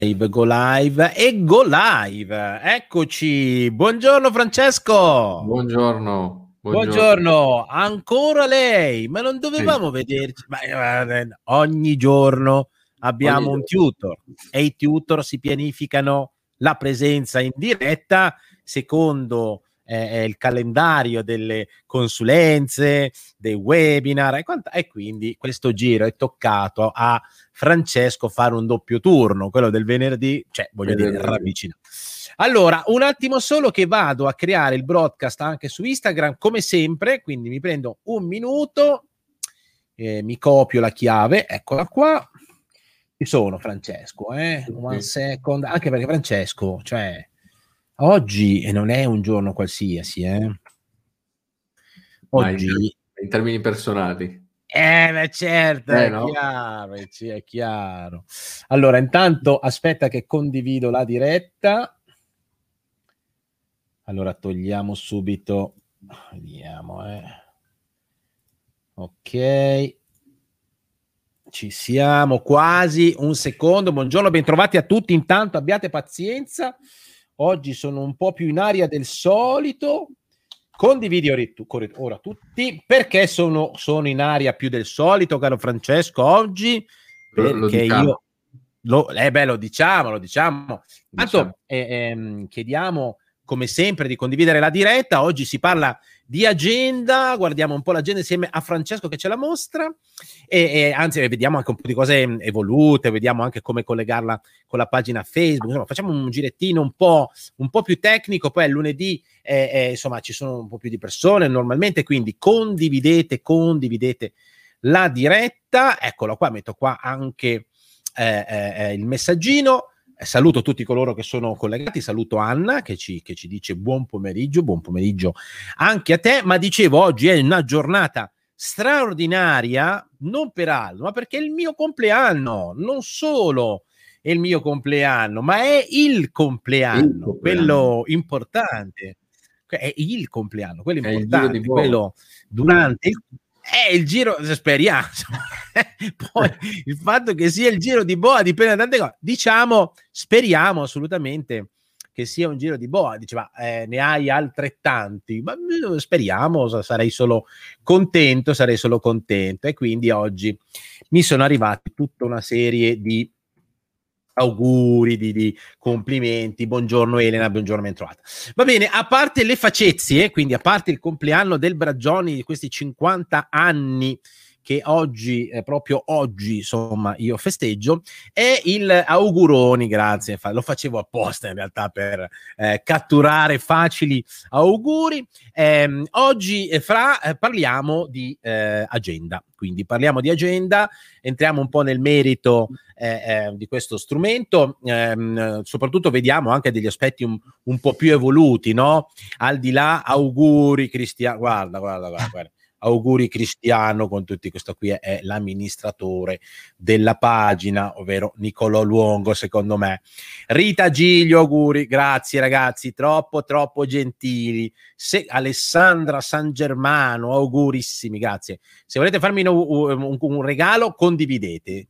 Go live e go live. Eccoci. Buongiorno Francesco. Buongiorno. Ancora lei. Ma non dovevamo vederci. Ogni giorno abbiamo un tutor e i tutor si pianificano la presenza in diretta secondo il calendario delle consulenze, dei webinar e quindi questo giro è toccato a Francesco fare un doppio turno, quello del venerdì, cioè voglio dire ravvicinato. Allora, un attimo solo che vado a creare il broadcast anche su Instagram come sempre, quindi mi prendo un minuto, mi copio la chiave, eccola qua. Ci sono Francesco, one second, anche perché Francesco, cioè oggi non è un giorno qualsiasi, oggi in termini personali. Beh, certo, è no? chiaro, è chiaro. Allora, intanto aspetta che condivido la diretta. Allora togliamo subito, vediamo, ok, ci siamo quasi, un secondo. Buongiorno, bentrovati a tutti. Intanto abbiate pazienza, oggi sono un po' più in aria del solito. Condividi ora tutti, perché sono in aria più del solito, caro Francesco, oggi, perché lo diciamo. Tanto chiediamo come sempre di condividere la diretta. Oggi si parla di agenda, guardiamo un po' l'agenda insieme a Francesco che ce la mostra e anzi vediamo anche un po' di cose evolute, vediamo anche come collegarla con la pagina Facebook. Insomma, facciamo un girettino un po' più tecnico, poi il lunedì insomma ci sono un po' più di persone normalmente, quindi condividete la diretta. Eccolo qua, metto qua anche il messaggino. Saluto tutti coloro che sono collegati, saluto Anna che ci dice buon pomeriggio anche a te, ma dicevo oggi è una giornata straordinaria, non per altro, ma perché è il mio compleanno, non solo è il mio compleanno, ma è il compleanno. Quello importante, è il compleanno, quello importante, quello durante il giro, speriamo. Poi il fatto che sia il giro di boa dipende da tante cose. Diciamo, speriamo assolutamente che sia un giro di boa. Diceva, ne hai altrettanti, ma speriamo, sarei solo contento. E quindi oggi mi sono arrivati tutta una serie di auguri, di complimenti. Buongiorno Elena, buongiorno, ben trovata. Va bene, a parte le facezie, quindi a parte il compleanno del Bragioni di questi 50 anni che oggi, proprio oggi, insomma, io festeggio, è il auguroni, grazie, lo facevo apposta in realtà per catturare facili auguri. Oggi parliamo di agenda, quindi parliamo di agenda, entriamo un po' nel merito di questo strumento, soprattutto vediamo anche degli aspetti un po' più evoluti, no? Al di là auguri Cristiano, guarda. Auguri Cristiano con tutti, questo qui è l'amministratore della pagina, ovvero Nicolò Luongo, secondo me. Rita Giglio, auguri, grazie ragazzi, troppo gentili. Alessandra San Germano, augurissimi, grazie. Se volete farmi un regalo, condividete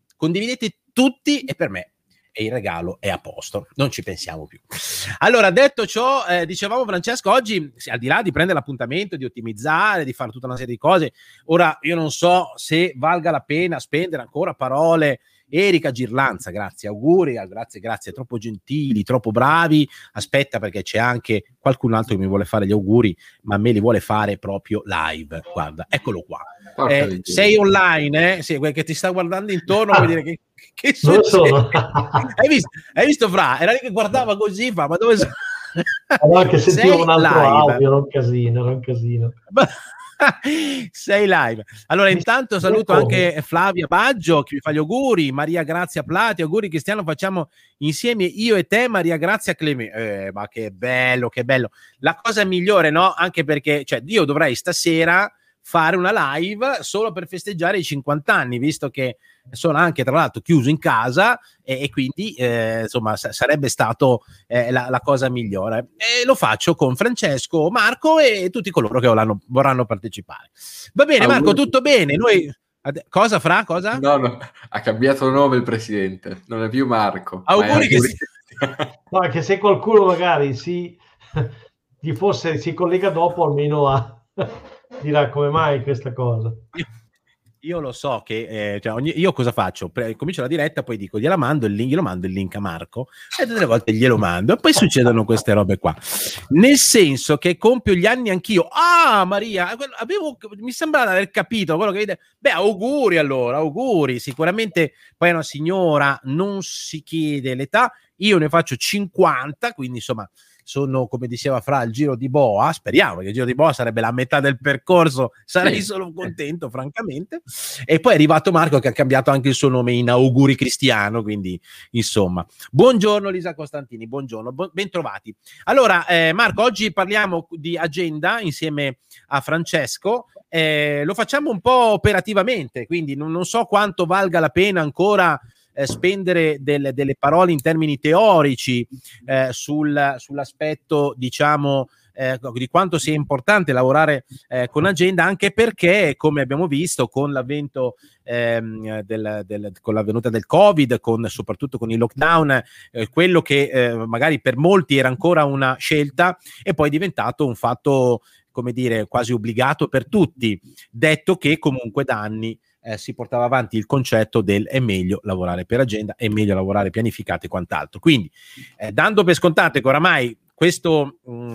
tutti e per me e il regalo è a posto, non ci pensiamo più. Allora, detto ciò, dicevamo Francesco, oggi al di là di prendere l'appuntamento, di ottimizzare, di fare tutta una serie di cose, ora io non so se valga la pena spendere ancora parole. Erika Girlanza, grazie, auguri, grazie, troppo gentili, troppo bravi. Aspetta, perché c'è anche qualcun altro che mi vuole fare gli auguri, ma me li vuole fare proprio live. Guarda, eccolo qua. Sei online, sì, quel che ti sta guardando intorno, vuol dire che succede? Hai visto Fra? Era lì che guardava così, ma dove sono? Allora che sentivo un altro audio, era un casino. Sei live. Allora intanto saluto anche Flavia Baggio che mi fa gli auguri, Maria Grazia Plati, auguri Cristiano, facciamo insieme io e te, Maria Grazia Clemente. Ma che bello, la cosa migliore, no? Anche perché io dovrei stasera fare una live solo per festeggiare i 50 anni, visto che sono anche tra l'altro chiuso in casa e quindi insomma sarebbe stato la cosa migliore, e lo faccio con Francesco, Marco e tutti coloro che vorranno partecipare. Va bene Marco, tutto bene? Noi Cosa, Fra? Cosa? No, ha cambiato nome il presidente, non è più Marco. Auguri che no, è che se qualcuno magari si collega dopo, almeno dirà come mai questa cosa. Io lo so che io cosa faccio? Comincio la diretta, poi dico glielo mando il link a Marco e tutte le volte glielo mando e poi succedono queste robe qua, nel senso che compio gli anni anch'io. Maria, mi sembra di aver capito quello che vede. Beh, auguri, allora, auguri. Sicuramente poi è una signora, non si chiede l'età, io ne faccio 50, quindi insomma sono, come diceva Fra, il giro di boa. Speriamo che il giro di boa sarebbe la metà del percorso, sarei solo contento francamente. E poi è arrivato Marco che ha cambiato anche il suo nome in Auguri Cristiano, quindi insomma. Buongiorno Lisa Costantini, buongiorno, bentrovati. Allora Marco, oggi parliamo di agenda insieme a Francesco, lo facciamo un po' operativamente, quindi non so quanto valga la pena ancora spendere delle parole in termini teorici sull'aspetto, diciamo, di quanto sia importante lavorare con agenda, anche perché, come abbiamo visto, con l'avvento con la venuta del Covid, soprattutto con il lockdown, quello che magari per molti era ancora una scelta è poi diventato un fatto, come dire, quasi obbligato per tutti, detto che comunque da anni si portava avanti il concetto del è meglio lavorare per agenda, è meglio lavorare pianificato e quant'altro. Quindi dando per scontato che oramai questo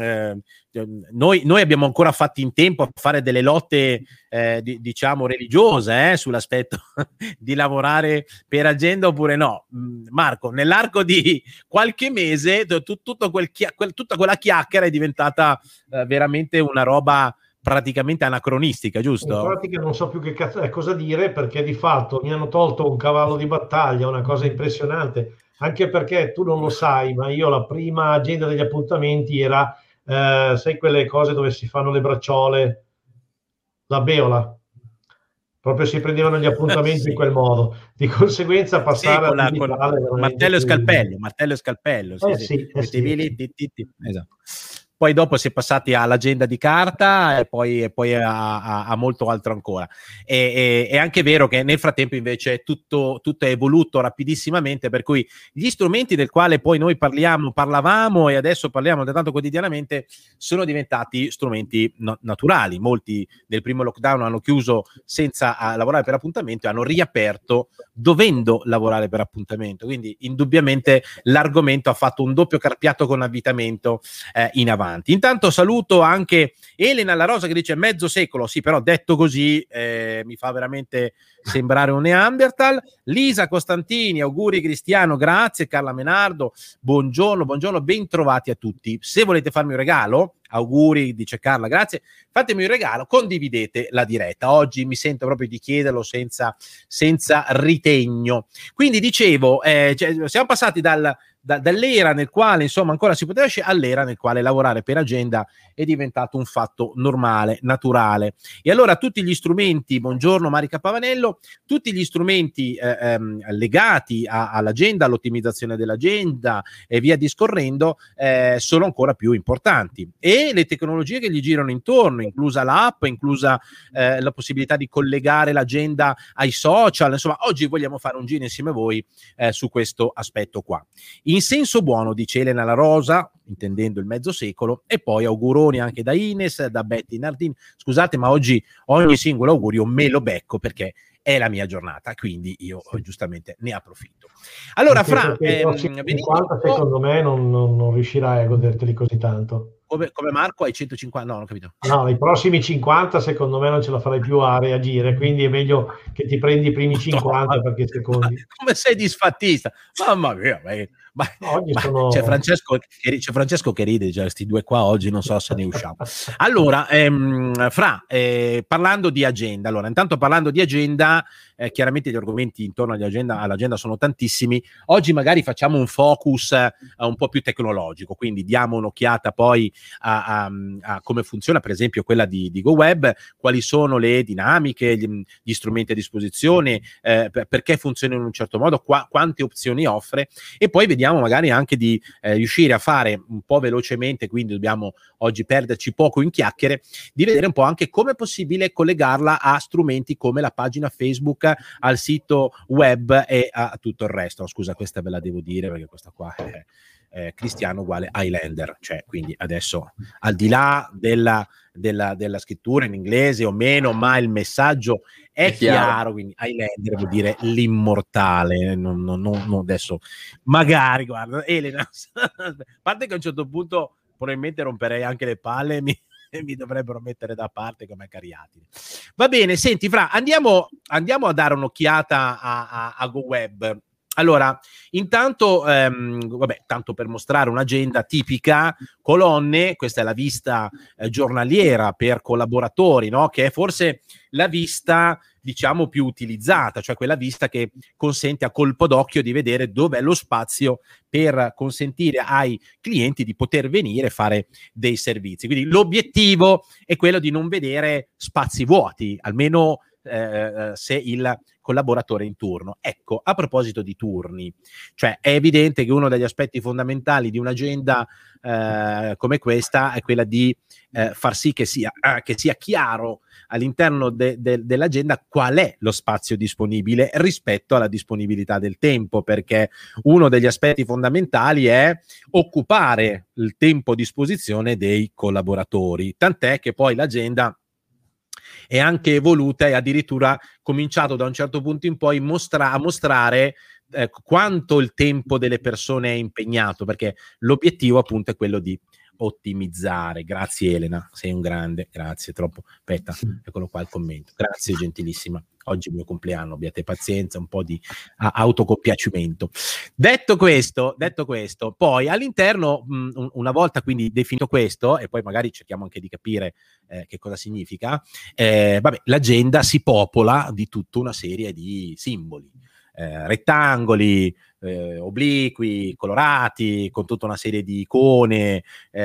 noi abbiamo ancora fatto in tempo a fare delle lotte diciamo religiose sull'aspetto di lavorare per agenda oppure no. Marco, nell'arco di qualche mese tutta quella chiacchiera è diventata veramente una roba praticamente anacronistica, giusto? In pratica non so più che cosa dire, perché di fatto mi hanno tolto un cavallo di battaglia, una cosa impressionante, anche perché tu non lo sai, ma io la prima agenda degli appuntamenti era, sai, quelle cose dove si fanno le bracciole, la beola, proprio si prendevano gli appuntamenti sì, in quel modo, di conseguenza passare al digitale martello e scalpello, sì. Esatto. Poi dopo si è passati all'agenda di carta e poi a molto altro ancora. È anche vero che nel frattempo invece tutto è evoluto rapidissimamente, per cui gli strumenti del quale poi noi parlavamo e adesso parliamo tanto quotidianamente sono diventati strumenti naturali. Molti del primo lockdown hanno chiuso senza lavorare per appuntamento e hanno riaperto dovendo lavorare per appuntamento, quindi indubbiamente l'argomento ha fatto un doppio carpiato con avvitamento in avanti. Intanto saluto anche Elena La Rosa che dice mezzo secolo, sì, però detto così mi fa veramente sembrare un Neanderthal. Lisa Costantini, auguri Cristiano, grazie. Carla Menardo, buongiorno, ben trovati a tutti. Se volete farmi un regalo, auguri, dice Carla, grazie, fatemi un regalo, condividete la diretta. Oggi mi sento proprio di chiederlo senza ritegno. Quindi dicevo, siamo passati dall'era nel quale insomma ancora si poteva scegliere all'era nel quale lavorare per agenda è diventato un fatto normale, naturale. E allora tutti gli strumenti, buongiorno Marica Pavanello, tutti gli strumenti legati all'agenda, all'ottimizzazione dell'agenda e via discorrendo sono ancora più importanti, e le tecnologie che gli girano intorno, inclusa l'app, inclusa la possibilità di collegare l'agenda ai social. Insomma, oggi vogliamo fare un giro insieme a voi su questo aspetto qua. In senso buono, dice Elena La Rosa, intendendo il mezzo secolo, e poi auguroni anche da Ines, da Betty Nardin. Scusate, ma oggi ogni singolo augurio me lo becco perché è la mia giornata, quindi io giustamente ne approfitto. Allora, Fra, 50 secondo me non riuscirai a goderteli così tanto. Come Marco hai 150? No, non ho capito. No, i prossimi 50 secondo me non ce la farai più a reagire, quindi è meglio che ti prendi i primi 50 perché secondi. Come sei disfattista? Mamma mia, c'è Francesco che ride, già questi due qua oggi non so se ne usciamo. Allora, Fra, parlando di agenda, intanto parlando di agenda, chiaramente gli argomenti intorno all'agenda sono tantissimi. Oggi magari facciamo un focus un po' più tecnologico, quindi diamo un'occhiata poi a come funziona per esempio quella di GoWeb, quali sono le dinamiche, gli strumenti a disposizione, perché funziona in un certo modo, quante opzioni offre, e poi vediamo magari anche di riuscire a fare un po' velocemente, quindi dobbiamo oggi perderci poco in chiacchiere, di vedere un po' anche come è possibile collegarla a strumenti come la pagina Facebook, al sito web e a tutto il resto. Scusa, questa ve la devo dire perché questa qua è Cristiano uguale Highlander, cioè quindi adesso al di là della scrittura in inglese o meno, ma il messaggio è chiaro, quindi Highlander vuol dire l'immortale, non adesso magari, guarda, Elena, a parte che a un certo punto probabilmente romperei anche le palle e mi dovrebbero mettere da parte come Cariatide. Va bene, senti Fra, andiamo a dare un'occhiata a GoWeb. Allora, intanto, tanto per mostrare un'agenda tipica, colonne, questa è la vista giornaliera per collaboratori, no? Che è forse la vista, diciamo, più utilizzata, cioè quella vista che consente a colpo d'occhio di vedere dov'è lo spazio per consentire ai clienti di poter venire e fare dei servizi. Quindi l'obiettivo è quello di non vedere spazi vuoti, almeno se il collaboratore in turno. Ecco, a proposito di turni, cioè è evidente che uno degli aspetti fondamentali di un'agenda come questa è quella di far sì che sia chiaro all'interno dell'agenda qual è lo spazio disponibile rispetto alla disponibilità del tempo, perché uno degli aspetti fondamentali è occupare il tempo a disposizione dei collaboratori, tant'è che poi l'agenda è anche evoluta e addirittura cominciato da un certo punto in poi a mostrare quanto il tempo delle persone è impegnato, perché l'obiettivo appunto è quello di ottimizzare. Grazie Elena, sei un grande, grazie, troppo. Aspetta, eccolo qua il commento. Grazie gentilissima. Oggi è il mio compleanno, abbiate pazienza, un po' di autocompiacimento. Detto questo, poi all'interno, una volta quindi definito questo, e poi magari cerchiamo anche di capire che cosa significa, l'agenda si popola di tutta una serie di simboli, rettangoli, obliqui, colorati, con tutta una serie di icone.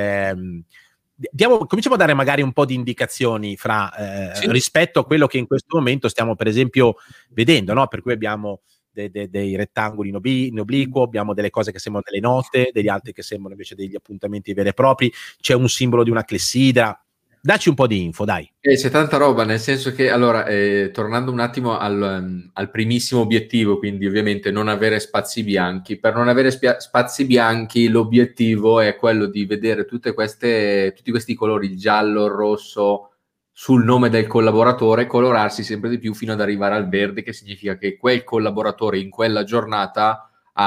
Cominciamo a dare magari un po' di indicazioni sì, rispetto a quello che in questo momento stiamo per esempio vedendo, no? Per cui abbiamo dei rettangoli in obliquo, abbiamo delle cose che sembrano delle note, degli altri che sembrano invece degli appuntamenti veri e propri, c'è un simbolo di una clessidra. Dacci un po' di info, dai. C'è tanta roba, nel senso che, allora, tornando un attimo al primissimo obiettivo, quindi ovviamente non avere spazi bianchi. Per non avere spazi bianchi, l'obiettivo è quello di vedere tutti questi colori, il giallo, il rosso, sul nome del collaboratore, colorarsi sempre di più fino ad arrivare al verde, che significa che quel collaboratore in quella giornata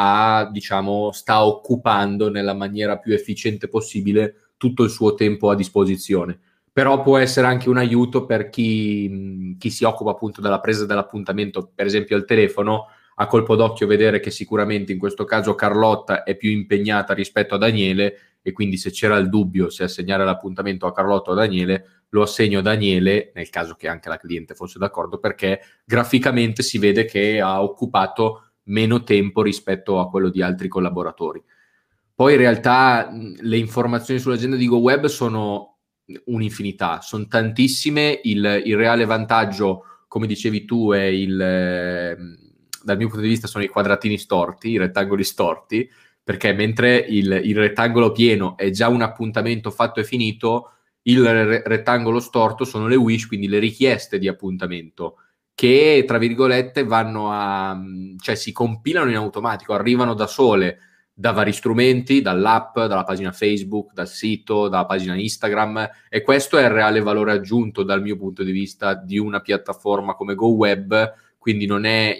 sta occupando nella maniera più efficiente possibile tutto il suo tempo a disposizione. Però può essere anche un aiuto per chi si occupa appunto della presa dell'appuntamento, per esempio al telefono, a colpo d'occhio vedere che sicuramente in questo caso Carlotta è più impegnata rispetto a Daniele, e quindi se c'era il dubbio se assegnare l'appuntamento a Carlotta o a Daniele, lo assegno a Daniele, nel caso che anche la cliente fosse d'accordo, perché graficamente si vede che ha occupato meno tempo rispetto a quello di altri collaboratori. Poi in realtà le informazioni sull'agenda di GoWeb sono un'infinità, sono tantissime. Il reale vantaggio, come dicevi tu, è dal mio punto di vista sono i quadratini storti, i rettangoli storti, perché mentre il rettangolo pieno è già un appuntamento fatto e finito, il rettangolo storto sono le wish, quindi le richieste di appuntamento, che tra virgolette cioè si compilano in automatico, arrivano da sole da vari strumenti, dall'app, dalla pagina Facebook, dal sito, dalla pagina Instagram, e questo è il reale valore aggiunto dal mio punto di vista di una piattaforma come GoWeb. Quindi non è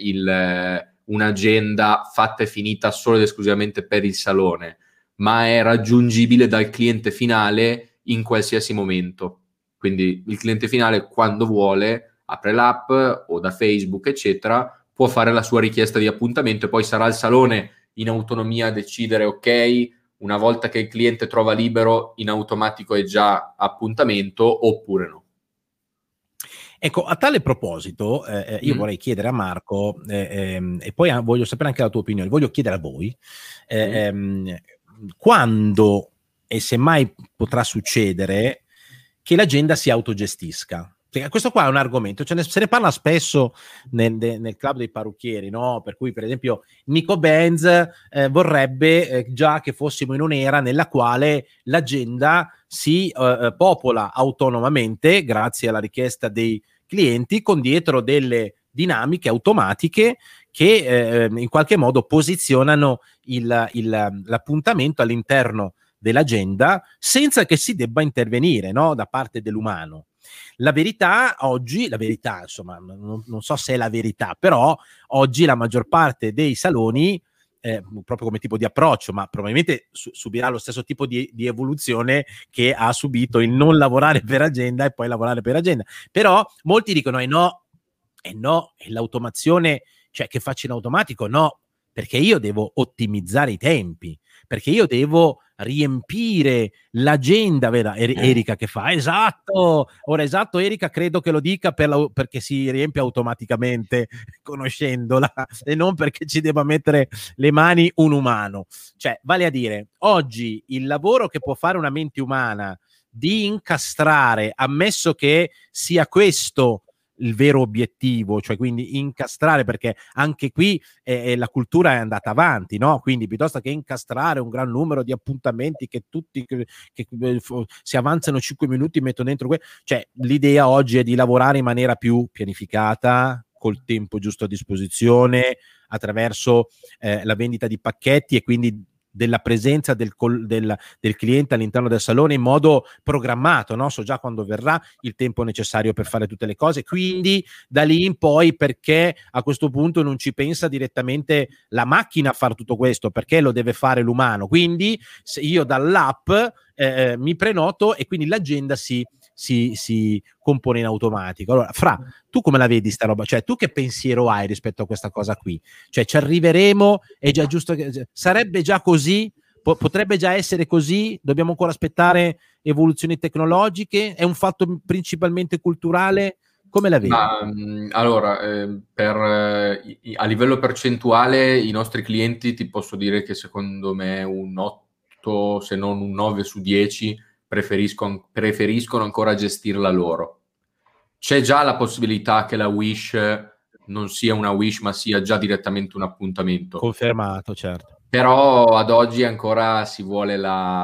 un'agenda fatta e finita solo ed esclusivamente per il salone, ma è raggiungibile dal cliente finale in qualsiasi momento. Quindi il cliente finale, quando vuole, apre l'app o da Facebook eccetera, può fare la sua richiesta di appuntamento, e poi sarà il salone in autonomia a decidere, ok, una volta che il cliente trova libero, in automatico è già appuntamento, oppure no. Ecco, a tale proposito, io vorrei chiedere a Marco, e poi voglio sapere anche la tua opinione, voglio chiedere a voi, quando e semmai potrà succedere, che l'agenda si autogestisca. Questo qua è un argomento, se ne parla spesso nel club dei parrucchieri, no? Per cui per esempio Nico Benz vorrebbe già che fossimo in un'era nella quale l'agenda si popola autonomamente grazie alla richiesta dei clienti, con dietro delle dinamiche automatiche che in qualche modo posizionano l'appuntamento all'interno dell'agenda senza che si debba intervenire, no? Da parte dell'umano. La verità oggi, insomma, non so se è la verità, però oggi la maggior parte dei saloni, proprio come tipo di approccio, ma probabilmente subirà lo stesso tipo di evoluzione che ha subito il non lavorare per agenda e poi lavorare per agenda. Però molti dicono no, è l'automazione, cioè che faccio in automatico, no, perché io devo ottimizzare i tempi, perché io devo riempire l'agenda, vero Erika che fa? Esatto, ora esatto Erika credo che lo dica perché si riempie automaticamente conoscendola e non perché ci debba mettere le mani un umano. Cioè, vale a dire, oggi il lavoro che può fare una mente umana di incastrare, ammesso che sia questo il vero obiettivo, cioè quindi incastrare, perché anche qui la cultura è andata avanti, no? Quindi piuttosto che incastrare un gran numero di appuntamenti che tutti che si avanzano 5 minuti mettono dentro cioè l'idea oggi è di lavorare in maniera più pianificata, col tempo giusto a disposizione, attraverso la vendita di pacchetti e quindi della presenza del cliente all'interno del salone in modo programmato, no? So già quando verrà, il tempo necessario per fare tutte le cose, quindi da lì in poi perché a questo punto non ci pensa direttamente la macchina a fare tutto questo, perché lo deve fare l'umano, quindi se io dall'app mi prenoto e quindi l'agenda si compone in automatico. Allora, Fra, tu come la vedi sta roba? Cioè, tu che pensiero hai rispetto a questa cosa qui? Cioè, ci arriveremo? È già giusto che sarebbe già così? Potrebbe già essere così? Dobbiamo ancora aspettare evoluzioni tecnologiche? È un fatto principalmente culturale? Come la vedi? Allora, a livello percentuale i nostri clienti ti posso dire che secondo me un 8, se non un 9 su 10 preferiscono ancora gestirla loro. C'è già la possibilità che la Wish non sia una Wish ma sia già direttamente un appuntamento. Confermato, certo. Però ad oggi ancora si vuole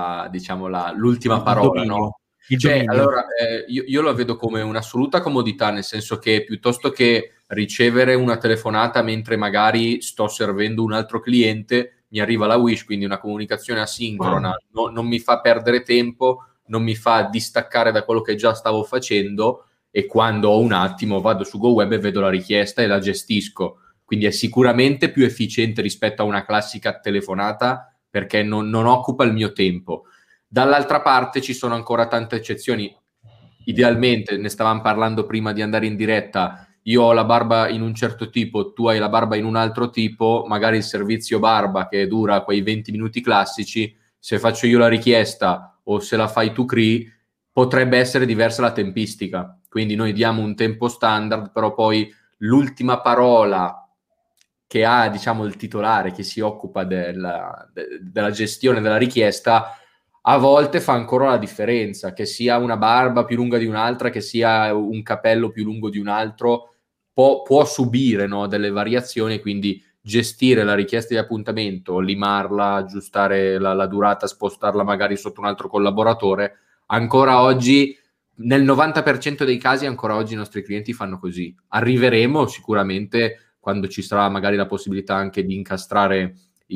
l'ultima parola, no? Cioè, allora, io la vedo come un'assoluta comodità, nel senso che piuttosto che ricevere una telefonata mentre magari sto servendo un altro cliente, mi arriva la Wish, quindi una comunicazione asincrona, non mi fa perdere tempo, non mi fa distaccare da quello che già stavo facendo, e quando ho un attimo vado su GoWeb e vedo la richiesta e la gestisco. Quindi è sicuramente più efficiente rispetto a una classica telefonata perché non occupa il mio tempo. Dall'altra parte ci sono ancora tante eccezioni. Idealmente, ne stavamo parlando prima di andare in diretta, io ho la barba in un certo tipo, tu hai la barba in un altro tipo, magari il servizio barba che dura quei 20 minuti classici, se faccio io la richiesta o se la fai tu Cri, potrebbe essere diversa la tempistica. Quindi noi diamo un tempo standard, però poi l'ultima parola che ha, diciamo, il titolare che si occupa della gestione della richiesta, a volte fa ancora la differenza, che sia una barba più lunga di un'altra, che sia un capello più lungo di un altro, può subire, no, delle variazioni, quindi gestire la richiesta di appuntamento, limarla, aggiustare la durata, spostarla magari sotto un altro collaboratore, ancora oggi, nel 90% dei casi, ancora oggi i nostri clienti fanno così. Arriveremo sicuramente quando ci sarà magari la possibilità anche di incastrare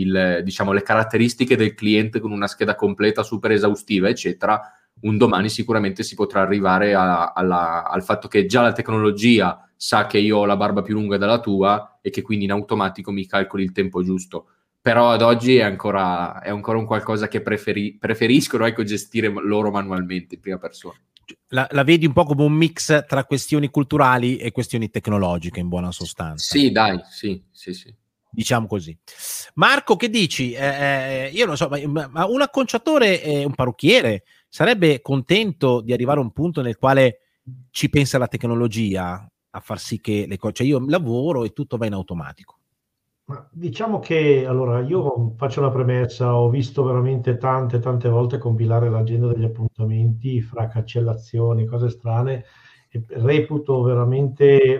le caratteristiche del cliente con una scheda completa, super esaustiva, eccetera. Un domani sicuramente si potrà arrivare al fatto che già la tecnologia sa che io ho la barba più lunga della tua e che quindi in automatico mi calcoli il tempo giusto. Però ad oggi è ancora un qualcosa che preferiscono gestire loro manualmente in prima persona. La vedi un po' come un mix tra questioni culturali e questioni tecnologiche, in buona sostanza. Sì, dai, sì. Diciamo così. Marco, che dici? Io non so, ma un acconciatore, un parrucchiere, sarebbe contento di arrivare a un punto nel quale ci pensa la tecnologia a far sì che le cose... Cioè io lavoro e tutto va in automatico. Ma diciamo che allora io faccio una premessa, ho visto veramente tante volte compilare l'agenda degli appuntamenti fra cancellazioni, cose strane, e reputo veramente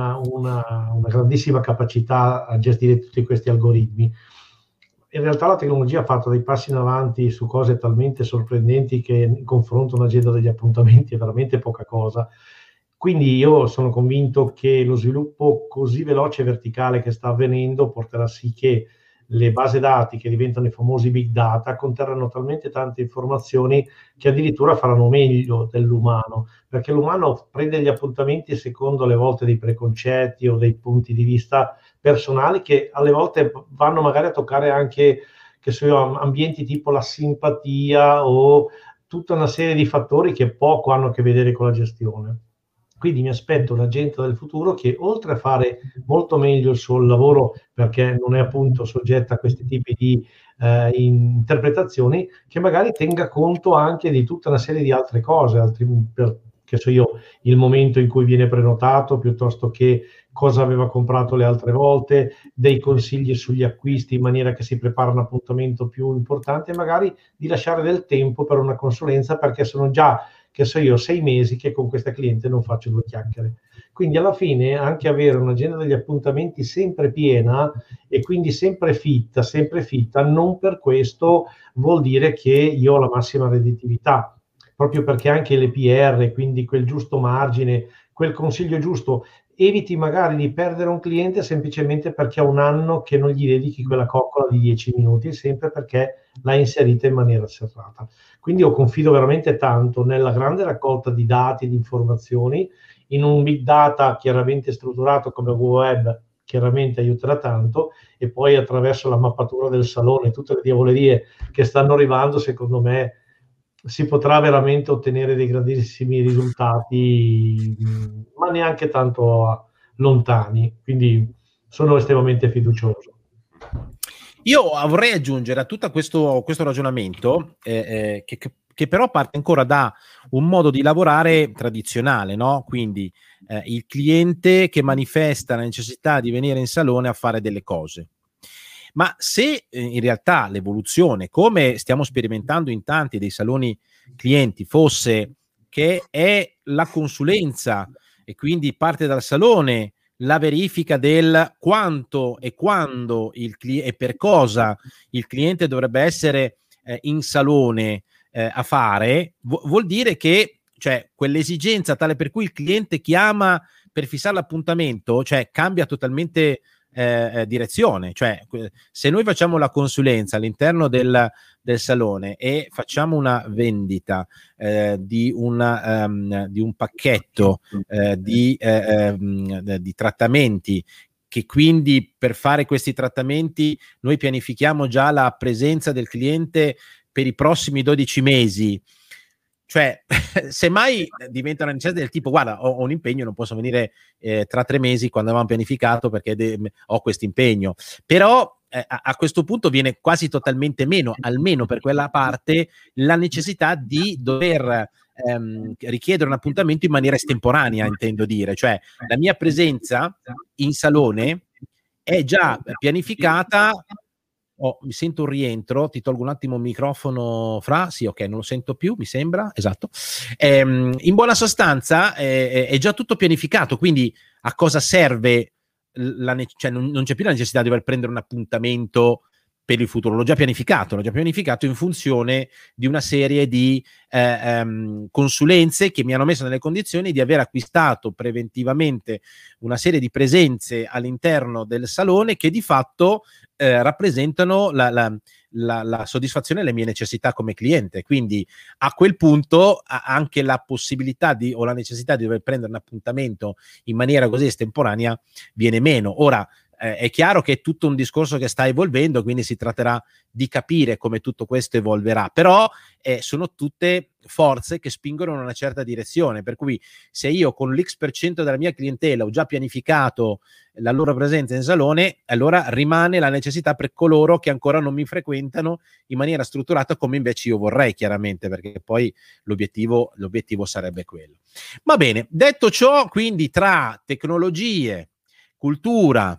una grandissima capacità a gestire tutti questi algoritmi. In realtà la tecnologia ha fatto dei passi in avanti su cose talmente sorprendenti che in confronto un'agenda degli appuntamenti è veramente poca cosa. Quindi io sono convinto che lo sviluppo così veloce e verticale che sta avvenendo porterà sì che le basi dati, che diventano i famosi big data, conterranno talmente tante informazioni che addirittura faranno meglio dell'umano, perché l'umano prende gli appuntamenti secondo le volte dei preconcetti o dei punti di vista personali che alle volte vanno magari a toccare anche, che so, ambienti tipo la simpatia o tutta una serie di fattori che poco hanno a che vedere con la gestione. Quindi mi aspetto un'agenda del futuro che oltre a fare molto meglio il suo lavoro, perché non è appunto soggetta a questi tipi di interpretazioni, che magari tenga conto anche di tutta una serie di altre cose, che so io, il momento in cui viene prenotato, piuttosto che cosa aveva comprato le altre volte, dei consigli sugli acquisti in maniera che si prepara un appuntamento più importante e magari di lasciare del tempo per una consulenza, perché sono già, che so io, 6 mesi che con questa cliente non faccio due chiacchiere. Quindi alla fine anche avere un'agenda degli appuntamenti sempre piena e quindi sempre fitta, non per questo vuol dire che io ho la massima redditività, proprio perché anche le PR, quindi quel giusto margine, quel consiglio giusto, eviti magari di perdere un cliente semplicemente perché ha un anno che non gli dedichi quella coccola di 10 minuti, sempre perché l'hai inserita in maniera serrata. Quindi io confido veramente tanto nella grande raccolta di dati, di informazioni, in un big data chiaramente strutturato come web, chiaramente aiuterà tanto, e poi attraverso la mappatura del salone, tutte le diavolerie che stanno arrivando, secondo me si potrà veramente ottenere dei grandissimi risultati, ma neanche tanto lontani. Quindi sono estremamente fiducioso. Io vorrei aggiungere a tutto questo ragionamento che però parte ancora da un modo di lavorare tradizionale, no? Quindi il cliente che manifesta la necessità di venire in salone a fare delle cose. Ma se in realtà l'evoluzione, come stiamo sperimentando in tanti dei saloni clienti, fosse che è la consulenza e quindi parte dal salone la verifica del quanto e quando e per cosa il cliente dovrebbe essere in salone a fare, vuol dire che cioè, quell'esigenza tale per cui il cliente chiama per fissare l'appuntamento, cioè cambia totalmente direzione. Cioè, se noi facciamo la consulenza all'interno del salone e facciamo una vendita di un pacchetto di trattamenti, che quindi per fare questi trattamenti noi pianifichiamo già la presenza del cliente per i prossimi 12 mesi. Cioè, semmai diventa una necessità del tipo, guarda, ho un impegno, non posso venire tra 3 mesi quando avevamo pianificato perché ho questo impegno. Però a questo punto viene quasi totalmente meno, almeno per quella parte, la necessità di dover richiedere un appuntamento in maniera estemporanea, intendo dire. Cioè, la mia presenza in salone è già pianificata. Oh, mi sento un rientro, ti tolgo un attimo il microfono, Fra, sì, ok, non lo sento più, mi sembra, esatto. In buona sostanza è già tutto pianificato, quindi a cosa serve, cioè non c'è più la necessità di dover prendere un appuntamento per il futuro, l'ho già pianificato in funzione di una serie di consulenze che mi hanno messo nelle condizioni di aver acquistato preventivamente una serie di presenze all'interno del salone che di fatto rappresentano la soddisfazione delle mie necessità come cliente. Quindi a quel punto anche la possibilità o la necessità di dover prendere un appuntamento in maniera così estemporanea viene meno. Ora è chiaro che è tutto un discorso che sta evolvendo, quindi si tratterà di capire come tutto questo evolverà, però sono tutte forze che spingono in una certa direzione, per cui se io con l'X% della mia clientela ho già pianificato la loro presenza in salone, allora rimane la necessità per coloro che ancora non mi frequentano in maniera strutturata come invece io vorrei, chiaramente, perché poi l'obiettivo sarebbe quello. Va bene, detto ciò, quindi tra tecnologie, cultura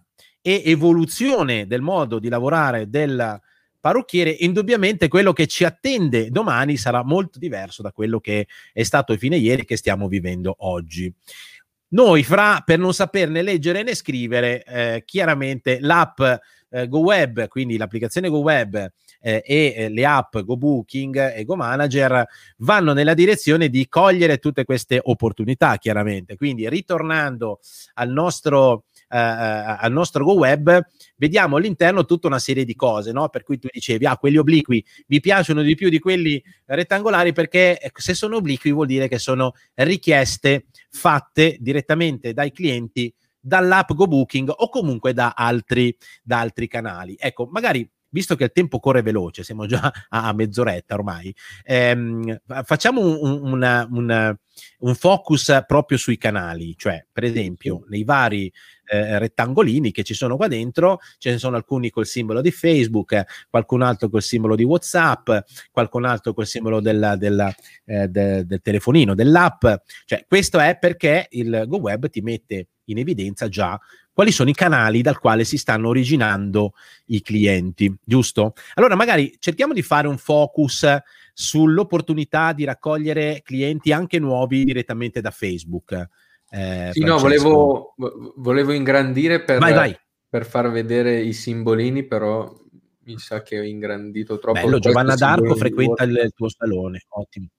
e evoluzione del modo di lavorare del parrucchiere, indubbiamente quello che ci attende domani sarà molto diverso da quello che è stato fino a ieri, che stiamo vivendo oggi. Noi, per non saperne leggere né scrivere, chiaramente l'app GoWeb, quindi l'applicazione GoWeb e le app GoBooking e GoManager vanno nella direzione di cogliere tutte queste opportunità, chiaramente. Quindi, ritornando al nostro GoWeb, vediamo all'interno tutta una serie di cose, no? Per cui tu dicevi, quelli obliqui mi piacciono di più di quelli rettangolari, perché se sono obliqui vuol dire che sono richieste fatte direttamente dai clienti dall'app GoBooking o comunque da altri canali. Ecco, magari, visto che il tempo corre veloce, siamo già a mezz'oretta ormai, facciamo un focus proprio sui canali, cioè per esempio nei vari rettangolini che ci sono qua dentro, ce ne sono alcuni col simbolo di Facebook, qualcun altro col simbolo di WhatsApp, qualcun altro col simbolo del telefonino, dell'app. Cioè, questo è perché il GoWeb ti mette in evidenza già quali sono i canali dal quale si stanno originando i clienti, giusto? Allora magari cerchiamo di fare un focus sull'opportunità di raccogliere clienti anche nuovi direttamente da Facebook. Sì, no, volevo ingrandire vai. per far vedere i simbolini, però mi sa che ho ingrandito troppo. Bello, Giovanna d'Arco frequenta il tuo salone, ottimo.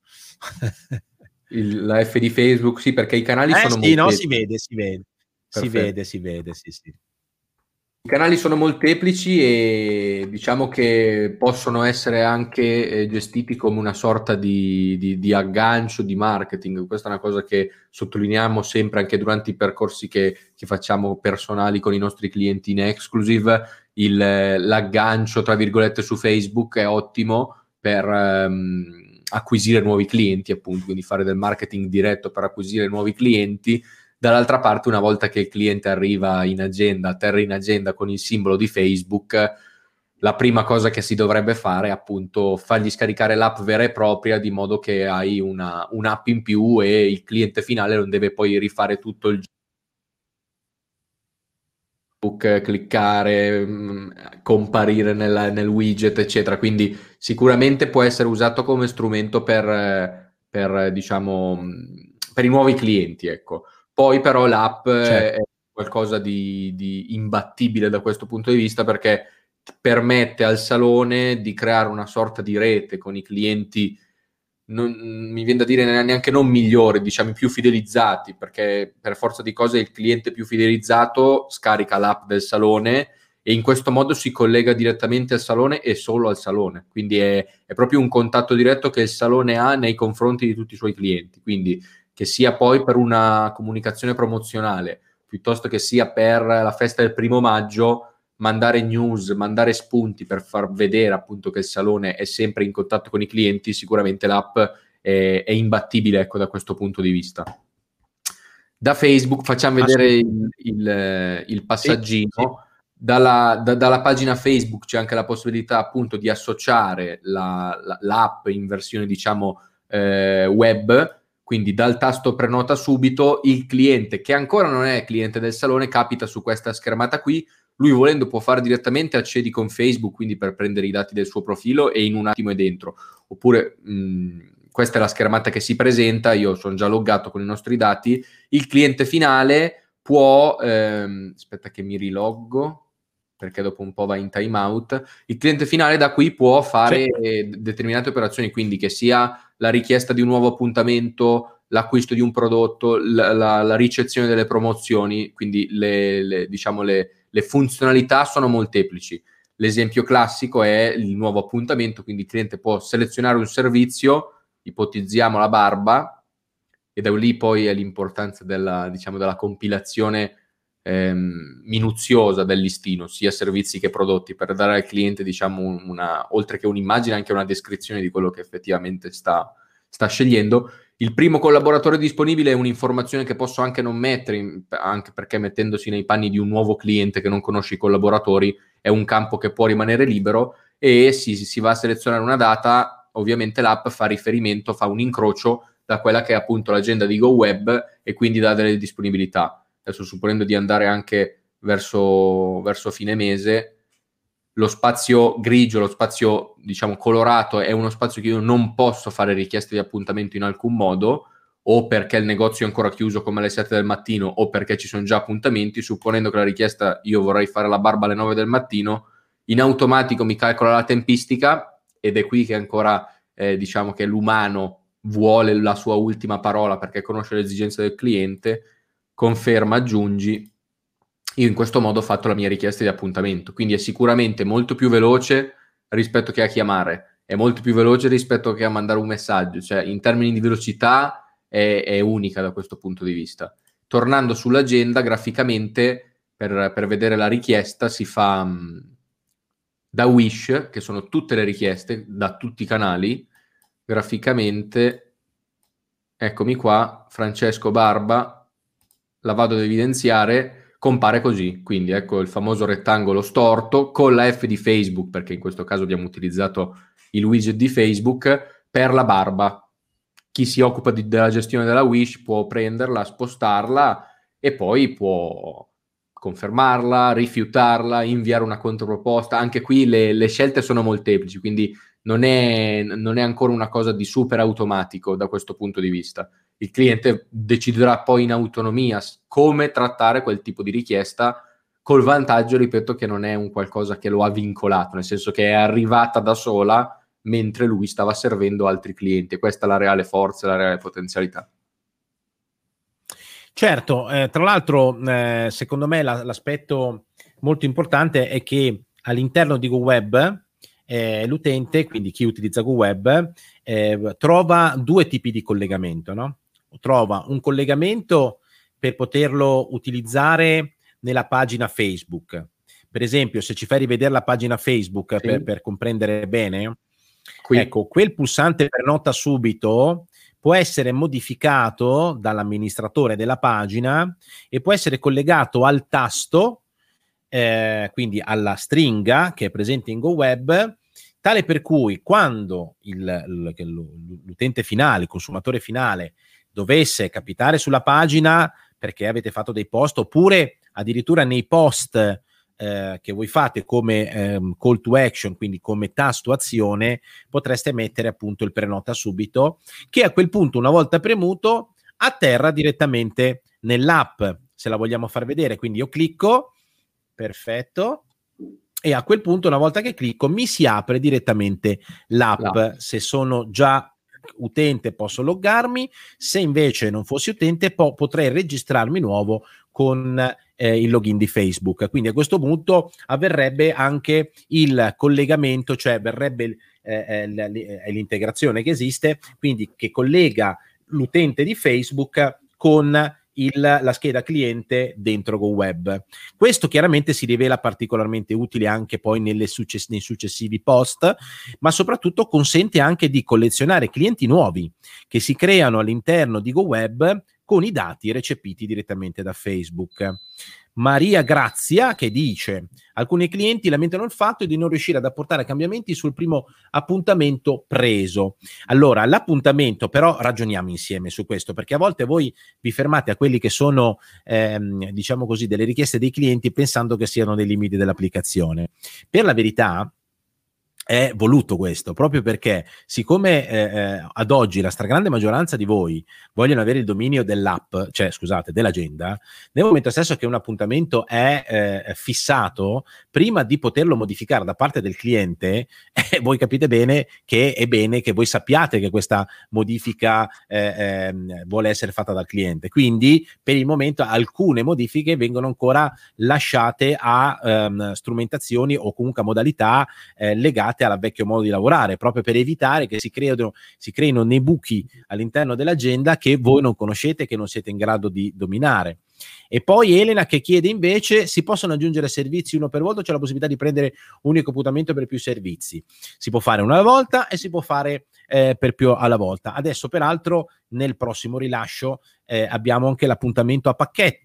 La F di Facebook, sì, perché i canali sono sì, no, si vede, sì. I canali sono molteplici e diciamo che possono essere anche gestiti come una sorta di aggancio, di marketing. Questa è una cosa che sottolineiamo sempre anche durante i percorsi che facciamo personali con i nostri clienti in exclusive. L'aggancio, tra virgolette, su Facebook è ottimo per acquisire nuovi clienti, appunto, quindi fare del marketing diretto per acquisire nuovi clienti. Dall'altra parte, una volta che il cliente arriva in agenda, atterra in agenda con il simbolo di Facebook, la prima cosa che si dovrebbe fare è appunto fargli scaricare l'app vera e propria, di modo che hai un'app in più e il cliente finale non deve poi rifare tutto il cliccare, comparire nel widget, eccetera. Quindi sicuramente può essere usato come strumento per diciamo, per i nuovi clienti, ecco. Poi però l'app è qualcosa di imbattibile da questo punto di vista, perché permette al salone di creare una sorta di rete con i clienti, mi viene da dire neanche non migliori, diciamo più fidelizzati, perché per forza di cose il cliente più fidelizzato scarica l'app del salone e in questo modo si collega direttamente al salone e solo al salone. Quindi è proprio un contatto diretto che il salone ha nei confronti di tutti i suoi clienti. Quindi che sia poi per una comunicazione promozionale, piuttosto che sia per la festa del 1° maggio, mandare news, mandare spunti per far vedere appunto che il salone è sempre in contatto con i clienti, sicuramente l'app è imbattibile, ecco, da questo punto di vista. Da Facebook facciamo vedere il passaggino. Sì. Dalla pagina Facebook c'è anche la possibilità appunto di associare l'app in versione, diciamo, web. Quindi dal tasto prenota subito, il cliente che ancora non è cliente del salone capita su questa schermata qui. Lui, volendo, può fare direttamente accedi con Facebook, quindi per prendere i dati del suo profilo, e in un attimo è dentro. Oppure questa è la schermata che si presenta, io sono già loggato con i nostri dati. Il cliente finale può aspetta che mi riloggo, perché dopo un po' va in timeout. Il cliente finale da qui può fare determinate operazioni, quindi che sia la richiesta di un nuovo appuntamento, l'acquisto di un prodotto, la ricezione delle promozioni, quindi diciamo le funzionalità sono molteplici. L'esempio classico è il nuovo appuntamento, quindi il cliente può selezionare un servizio, ipotizziamo la barba, e da lì poi è l'importanza della compilazione minuziosa del listino, sia servizi che prodotti, per dare al cliente, diciamo, oltre che un'immagine, anche una descrizione di quello che effettivamente sta scegliendo. Il primo collaboratore disponibile è un'informazione che posso anche non mettere, anche perché mettendosi nei panni di un nuovo cliente che non conosce i collaboratori è un campo che può rimanere libero, e si va a selezionare una data. Ovviamente l'app fa riferimento, fa un incrocio da quella che è appunto l'agenda di GoWeb, e quindi dà delle disponibilità. Adesso, supponendo di andare anche verso fine mese. Lo spazio grigio, lo spazio diciamo colorato è uno spazio che io non posso fare richieste di appuntamento in alcun modo, o perché il negozio è ancora chiuso come alle 7 del mattino o perché ci sono già appuntamenti. Supponendo che la richiesta, io vorrei fare la barba alle 9 del mattino, in automatico mi calcola la tempistica, ed è qui che ancora diciamo che l'umano vuole la sua ultima parola, perché conosce le esigenze del cliente, conferma, aggiungi. Io in questo modo ho fatto la mia richiesta di appuntamento, quindi è sicuramente molto più veloce rispetto che a chiamare, è molto più veloce rispetto che a mandare un messaggio, cioè in termini di velocità è unica da questo punto di vista. Tornando sull'agenda, graficamente, per vedere la richiesta, si fa da Wish, che sono tutte le richieste, da tutti i canali, graficamente, eccomi qua, Francesco Barba, la vado ad evidenziare, compare così, quindi ecco il famoso rettangolo storto con la F di Facebook, perché in questo caso abbiamo utilizzato il widget di Facebook per la barba. Chi si occupa della gestione della Wish può prenderla, spostarla e poi può confermarla, rifiutarla, inviare una controproposta. Anche qui le scelte sono molteplici, quindi non è ancora una cosa di super automatico da questo punto di vista. Il cliente deciderà poi in autonomia come trattare quel tipo di richiesta, col vantaggio, ripeto, che non è un qualcosa che lo ha vincolato, nel senso che è arrivata da sola mentre lui stava servendo altri clienti. Questa è la reale forza, la reale potenzialità. Certo, tra l'altro secondo me l'aspetto molto importante è che all'interno di GoWeb l'utente, quindi chi utilizza GoWeb, trova due tipi di collegamento, no? Trova un collegamento per poterlo utilizzare nella pagina Facebook. Per esempio, se ci fai rivedere la pagina Facebook, sì, per comprendere bene, qui, ecco, quel pulsante prenota subito può essere modificato dall'amministratore della pagina e può essere collegato al tasto, quindi alla stringa che è presente in GoWeb, tale per cui quando l'utente finale, il consumatore finale, dovesse capitare sulla pagina perché avete fatto dei post, oppure addirittura nei post che voi fate come call to action, quindi come tasto azione, potreste mettere appunto il prenota subito, che a quel punto, una volta premuto, atterra direttamente nell'app, se la vogliamo far vedere. Quindi io clicco, perfetto, e a quel punto, una volta che clicco, mi si apre direttamente l'app. Se sono già utente posso loggarmi, se invece non fossi utente potrei registrarmi nuovo con il login di Facebook. Quindi a questo punto avverrebbe anche il collegamento, cioè verrebbe l'integrazione che esiste, quindi che collega l'utente di Facebook con la scheda cliente dentro GoWeb. Questo chiaramente si rivela particolarmente utile anche poi nei successivi post, ma soprattutto consente anche di collezionare clienti nuovi che si creano all'interno di GoWeb con i dati recepiti direttamente da Facebook. Maria Grazia che dice: alcuni clienti lamentano il fatto di non riuscire ad apportare cambiamenti sul primo appuntamento preso. Allora, l'appuntamento, però ragioniamo insieme su questo, perché a volte voi vi fermate a quelli che sono diciamo così delle richieste dei clienti pensando che siano dei limiti dell'applicazione. Per la verità è voluto questo, proprio perché siccome ad oggi la stragrande maggioranza di voi vogliono avere il dominio dell'app, cioè scusate, dell'agenda, nel momento stesso che un appuntamento è fissato, prima di poterlo modificare da parte del cliente, voi capite bene che è bene che voi sappiate che questa modifica vuole essere fatta dal cliente. Quindi per il momento alcune modifiche vengono ancora lasciate a strumentazioni o comunque a modalità legate alla vecchio modo di lavorare, proprio per evitare che si creino nei buchi all'interno dell'agenda che voi non conoscete, che non siete in grado di dominare. E poi Elena che chiede invece: si possono aggiungere servizi uno per volta o c'è la possibilità di prendere un unico appuntamento per più servizi? Si può fare una alla volta e si può fare per più alla volta. Adesso peraltro nel prossimo rilascio abbiamo anche l'appuntamento a pacchetto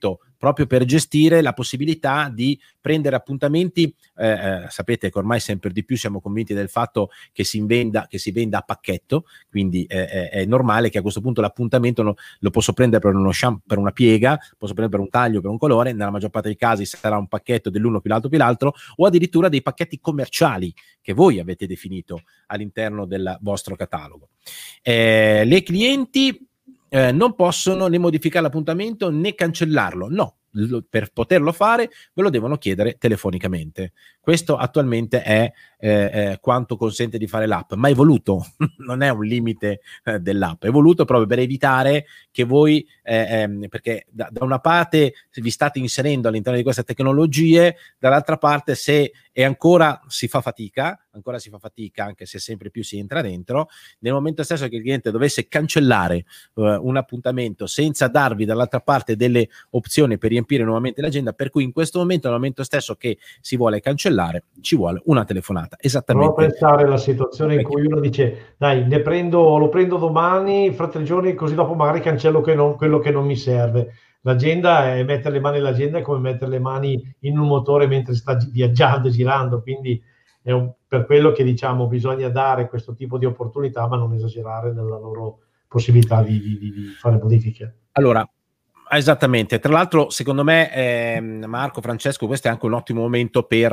proprio per gestire la possibilità di prendere appuntamenti. Sapete che ormai sempre di più siamo convinti del fatto che si venda a pacchetto, quindi è normale che a questo punto l'appuntamento lo posso prendere per uno shampoo, per una piega, posso prendere per un taglio, per un colore. Nella maggior parte dei casi sarà un pacchetto dell'uno più l'altro, o addirittura dei pacchetti commerciali che voi avete definito all'interno del vostro catalogo. Le clienti non possono né modificare l'appuntamento né cancellarlo, no. Per poterlo fare ve lo devono chiedere telefonicamente. Questo attualmente è quanto consente di fare l'app, ma è voluto, non è un limite dell'app, è voluto proprio per evitare che voi, perché da una parte vi state inserendo all'interno di queste tecnologie, dall'altra parte se ancora si fa fatica, anche se sempre più si entra dentro, nel momento stesso che il cliente dovesse cancellare un appuntamento senza darvi dall'altra parte delle opzioni per riempire nuovamente l'agenda, per cui in questo momento, nel momento stesso che si vuole cancellare, ci vuole una telefonata. Esattamente. Prova a pensare alla situazione in cui uno dice dai, lo prendo domani, fra 3 giorni, così dopo magari cancello quello che non mi serve. L'agenda è mettere le mani nell'agenda, è come mettere le mani in un motore mentre sta viaggiando e girando, quindi per quello che diciamo bisogna dare questo tipo di opportunità, ma non esagerare nella loro possibilità di fare modifiche. Allora, esattamente. Tra l'altro, secondo me, Marco, Francesco, questo è anche un ottimo momento per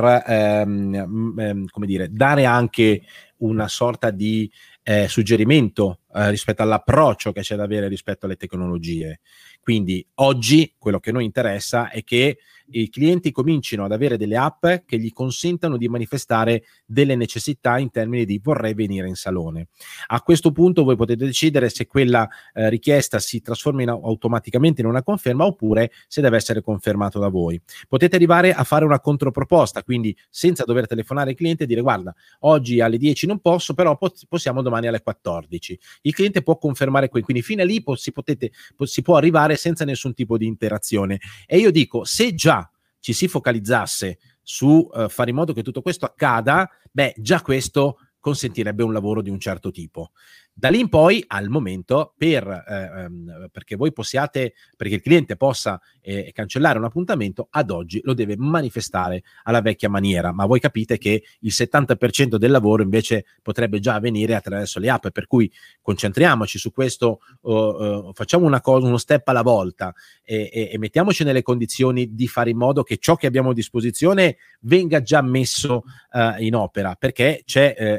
come dire, dare anche una sorta di suggerimento rispetto all'approccio che c'è da avere rispetto alle tecnologie. Quindi oggi quello che noi interessa è che i clienti comincino ad avere delle app che gli consentano di manifestare delle necessità in termini di vorrei venire in salone. A questo punto voi potete decidere se quella richiesta si trasforma automaticamente in una conferma oppure se deve essere confermato da voi. Potete arrivare a fare una controproposta, quindi senza dover telefonare al cliente e dire guarda, oggi alle 10 non posso, però possiamo domani alle 14. Il cliente può confermare quindi fino a lì si può arrivare senza nessun tipo di interazione. E io dico, se già ci si focalizzasse su fare in modo che tutto questo accada, già questo consentirebbe un lavoro di un certo tipo. Da lì in poi, al momento, perché voi possiate, perché il cliente possa cancellare un appuntamento, ad oggi lo deve manifestare alla vecchia maniera, ma voi capite che il 70% del lavoro invece potrebbe già avvenire attraverso le app, per cui concentriamoci su questo, facciamo uno step alla volta e mettiamoci nelle condizioni di fare in modo che ciò che abbiamo a disposizione venga già messo in opera, perché c'è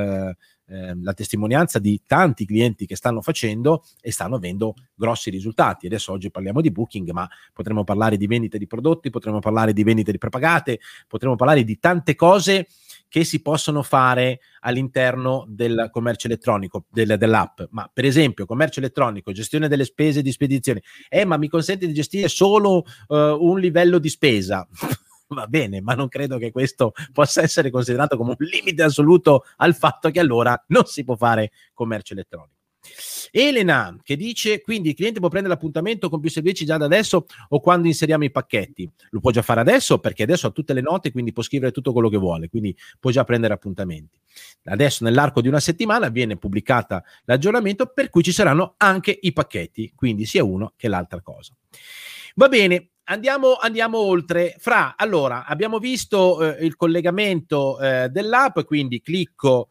la testimonianza di tanti clienti che stanno facendo e stanno avendo grossi risultati. Adesso oggi parliamo di Booking, ma potremmo parlare di vendite di prodotti, potremmo parlare di vendite di prepagate, potremmo parlare di tante cose che si possono fare all'interno del commercio elettronico, dell'app. Ma per esempio commercio elettronico, gestione delle spese di spedizione, ma mi consente di gestire solo un livello di spesa. Va bene, ma non credo che questo possa essere considerato come un limite assoluto al fatto che allora non si può fare commercio elettronico. Elena che dice quindi il cliente può prendere l'appuntamento con più servizi già da adesso o quando inseriamo i pacchetti? Lo può già fare adesso perché adesso ha tutte le note, quindi può scrivere tutto quello che vuole, quindi può già prendere appuntamenti. Adesso nell'arco di una settimana viene pubblicata l'aggiornamento per cui ci saranno anche i pacchetti, quindi sia uno che l'altra cosa. Va bene. Andiamo oltre. Allora, abbiamo visto il collegamento dell'app, quindi clicco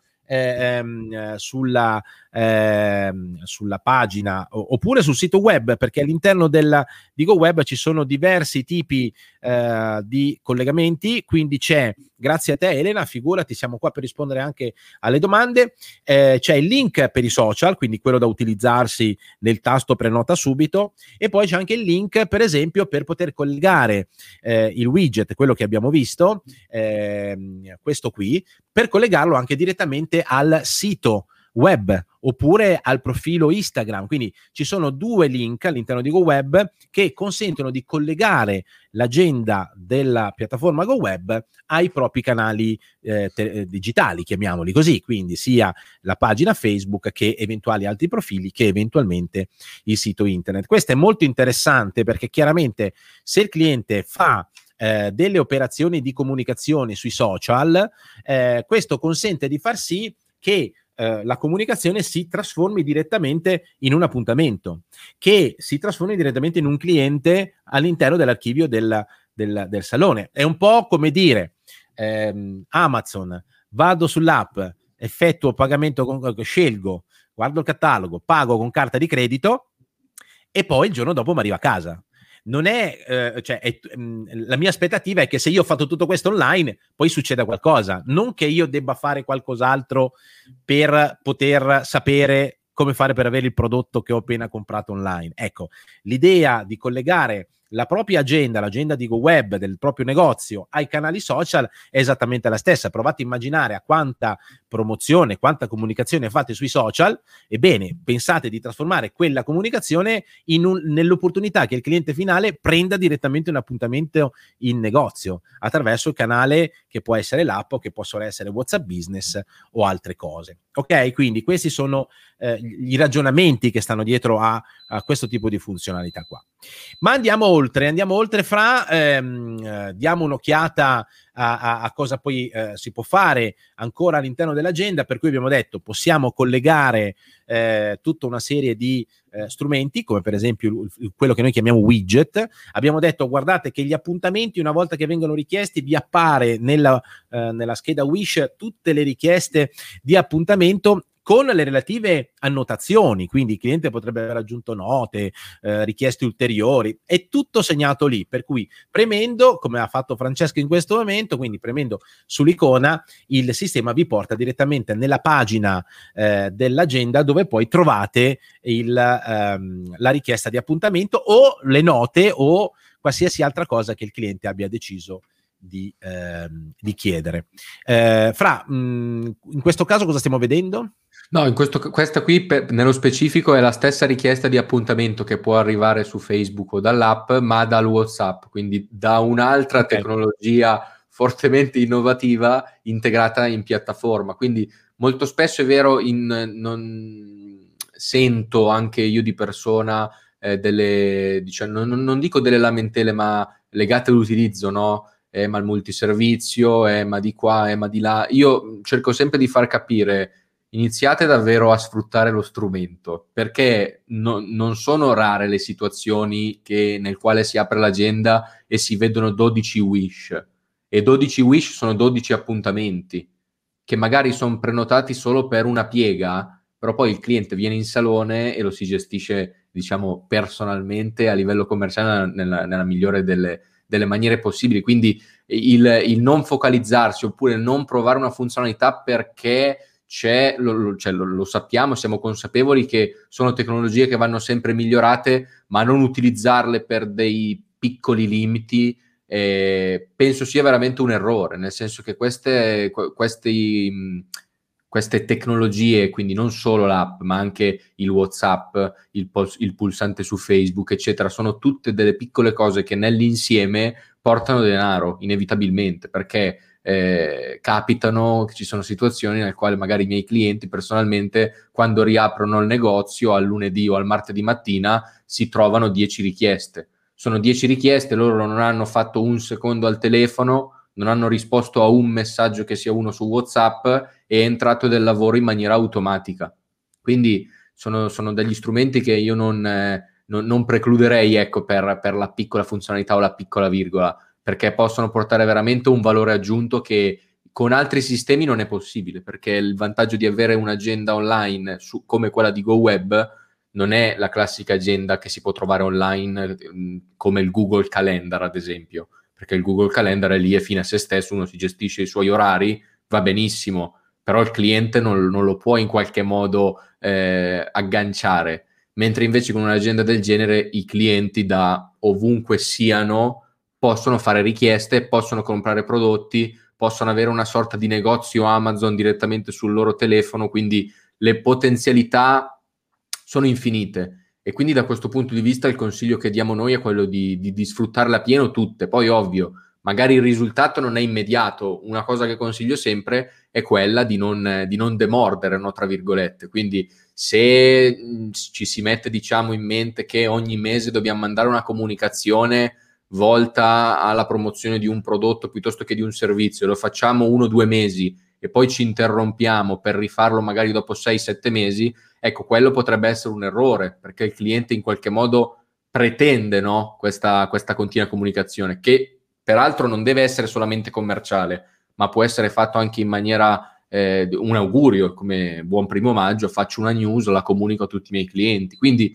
sulla pagina oppure sul sito web, perché all'interno di GoWeb ci sono diversi tipi di collegamenti, quindi c'è, grazie a te Elena, figurati, siamo qua per rispondere anche alle domande, c'è il link per i social, quindi quello da utilizzarsi nel tasto prenota subito, e poi c'è anche il link per esempio per poter collegare il widget, quello che abbiamo visto, questo qui, per collegarlo anche direttamente al sito web oppure al profilo Instagram. Quindi ci sono due link all'interno di GoWeb che consentono di collegare l'agenda della piattaforma GoWeb ai propri canali digitali, chiamiamoli così, quindi sia la pagina Facebook che eventuali altri profili, che eventualmente il sito internet. Questo è molto interessante perché chiaramente se il cliente fa delle operazioni di comunicazione sui social, questo consente di far sì che la comunicazione si trasformi direttamente in un appuntamento, che si trasformi direttamente in un cliente all'interno dell'archivio del salone. È un po' come dire Amazon, vado sull'app, effettuo pagamento, scelgo, guardo il catalogo, pago con carta di credito e poi il giorno dopo mi arriva a casa. Non è, la mia aspettativa è che se io ho fatto tutto questo online, poi succeda qualcosa, non che io debba fare qualcos'altro per poter sapere come fare per avere il prodotto che ho appena comprato online. Ecco, l'idea di collegare la propria agenda, l'agenda di GoWeb del proprio negozio ai canali social è esattamente la stessa. Provate a immaginare a quanta promozione, quanta comunicazione fate sui social. Ebbene, pensate di trasformare quella comunicazione nell'opportunità che il cliente finale prenda direttamente un appuntamento in negozio attraverso il canale che può essere l'app o che possono essere WhatsApp Business o altre cose. Ok, quindi questi sono i ragionamenti che stanno dietro a questo tipo di funzionalità qua. Ma andiamo oltre diamo un'occhiata a cosa poi si può fare ancora all'interno dell'agenda, per cui abbiamo detto possiamo collegare tutta una serie di strumenti, come per esempio quello che noi chiamiamo widget. Abbiamo detto guardate che gli appuntamenti, una volta che vengono richiesti, vi appare nella scheda Wish tutte le richieste di appuntamento con le relative annotazioni, quindi il cliente potrebbe aver aggiunto note, richieste ulteriori, è tutto segnato lì, per cui premendo, come ha fatto Francesco in questo momento, quindi premendo sull'icona, il sistema vi porta direttamente nella pagina dell'agenda dove poi trovate la richiesta di appuntamento o le note o qualsiasi altra cosa che il cliente abbia deciso di chiedere. In questo caso cosa stiamo vedendo? No, questa qui nello specifico è la stessa richiesta di appuntamento che può arrivare su Facebook o dall'app, ma dal WhatsApp, quindi da un'altra tecnologia fortemente innovativa integrata in piattaforma. Quindi molto spesso è vero, non sento anche io di persona delle, diciamo, non dico delle lamentele, ma legate all'utilizzo, no? Ma il multiservizio, ma di qua, ma di là. Io cerco sempre di far capire: iniziate davvero a sfruttare lo strumento, perché non sono rare le situazioni nel quale si apre l'agenda e si vedono 12 wish, e 12 wish sono 12 appuntamenti che magari sono prenotati solo per una piega, però poi il cliente viene in salone e lo si gestisce, diciamo, personalmente a livello commerciale nella migliore delle maniere possibili. Quindi il non focalizzarsi oppure il non provare una funzionalità perché lo sappiamo, siamo consapevoli che sono tecnologie che vanno sempre migliorate, ma non utilizzarle per dei piccoli limiti penso sia veramente un errore, nel senso che queste tecnologie, quindi non solo l'app ma anche il WhatsApp, il pulsante su Facebook eccetera, sono tutte delle piccole cose che nell'insieme portano denaro inevitabilmente, perché capitano che ci sono situazioni nelle quali magari i miei clienti personalmente, quando riaprono il negozio al lunedì o al martedì mattina, si trovano 10 richieste. Sono 10 richieste, loro non hanno fatto un secondo al telefono, non hanno risposto a un messaggio che sia uno su WhatsApp, e è entrato del lavoro in maniera automatica. Quindi sono degli strumenti che io non precluderei, ecco, per la piccola funzionalità o la piccola virgola, perché possono portare veramente un valore aggiunto che con altri sistemi non è possibile, perché il vantaggio di avere un'agenda online come quella di GoWeb non è la classica agenda che si può trovare online come il Google Calendar, ad esempio, perché il Google Calendar è lì, è fine a se stesso, uno si gestisce i suoi orari, va benissimo, però il cliente non lo può in qualche modo agganciare, mentre invece con un'agenda del genere i clienti da ovunque siano possono fare richieste, possono comprare prodotti, possono avere una sorta di negozio Amazon direttamente sul loro telefono, quindi le potenzialità sono infinite. E quindi da questo punto di vista il consiglio che diamo noi è quello di sfruttarle a pieno tutte. Poi ovvio, magari il risultato non è immediato. Una cosa che consiglio sempre è quella di non demordere, no, tra virgolette. Quindi se ci si mette, diciamo, in mente che ogni mese dobbiamo mandare una comunicazione volta alla promozione di un prodotto piuttosto che di un servizio, lo facciamo 1 o 2 mesi e poi ci interrompiamo per rifarlo magari dopo 6-7 mesi, ecco, quello potrebbe essere un errore, perché il cliente in qualche modo pretende, no, questa continua comunicazione, che peraltro non deve essere solamente commerciale, ma può essere fatto anche in maniera un augurio, come buon primo maggio, faccio una news, la comunico a tutti i miei clienti. Quindi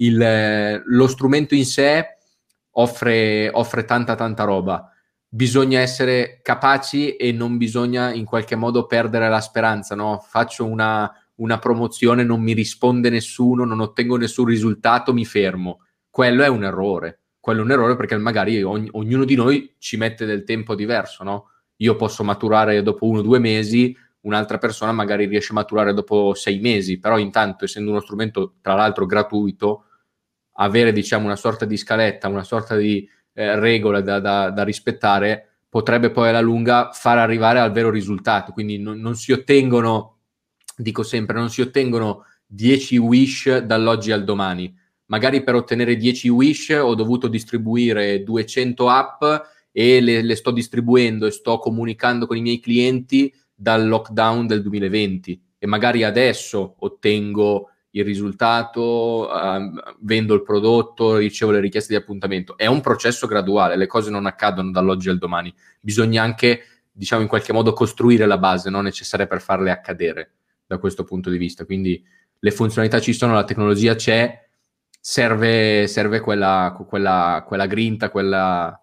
lo strumento in sé offre tanta roba. Bisogna essere capaci e non bisogna in qualche modo perdere la speranza, no? Faccio una promozione, non mi risponde nessuno, non ottengo nessun risultato, mi fermo. Quello è un errore. Quello è un errore perché magari ognuno di noi ci mette del tempo diverso, no? Io posso maturare dopo 1 o 2 mesi, un'altra persona magari riesce a maturare dopo 6 mesi, però intanto, essendo uno strumento tra l'altro gratuito, avere diciamo una sorta di scaletta, una sorta di regola da rispettare potrebbe poi alla lunga far arrivare al vero risultato. Quindi non si ottengono, dico sempre, non si ottengono 10 wish dall'oggi al domani. Magari per ottenere 10 wish ho dovuto distribuire 200 app e le sto distribuendo e sto comunicando con i miei clienti dal lockdown del 2020 e magari adesso ottengo il risultato, vendo il prodotto, ricevo le richieste di appuntamento. È un processo graduale, le cose non accadono dall'oggi al domani, bisogna anche, diciamo, in qualche modo costruire la base non necessaria per farle accadere da questo punto di vista. Quindi le funzionalità ci sono, la tecnologia c'è, serve quella grinta, quella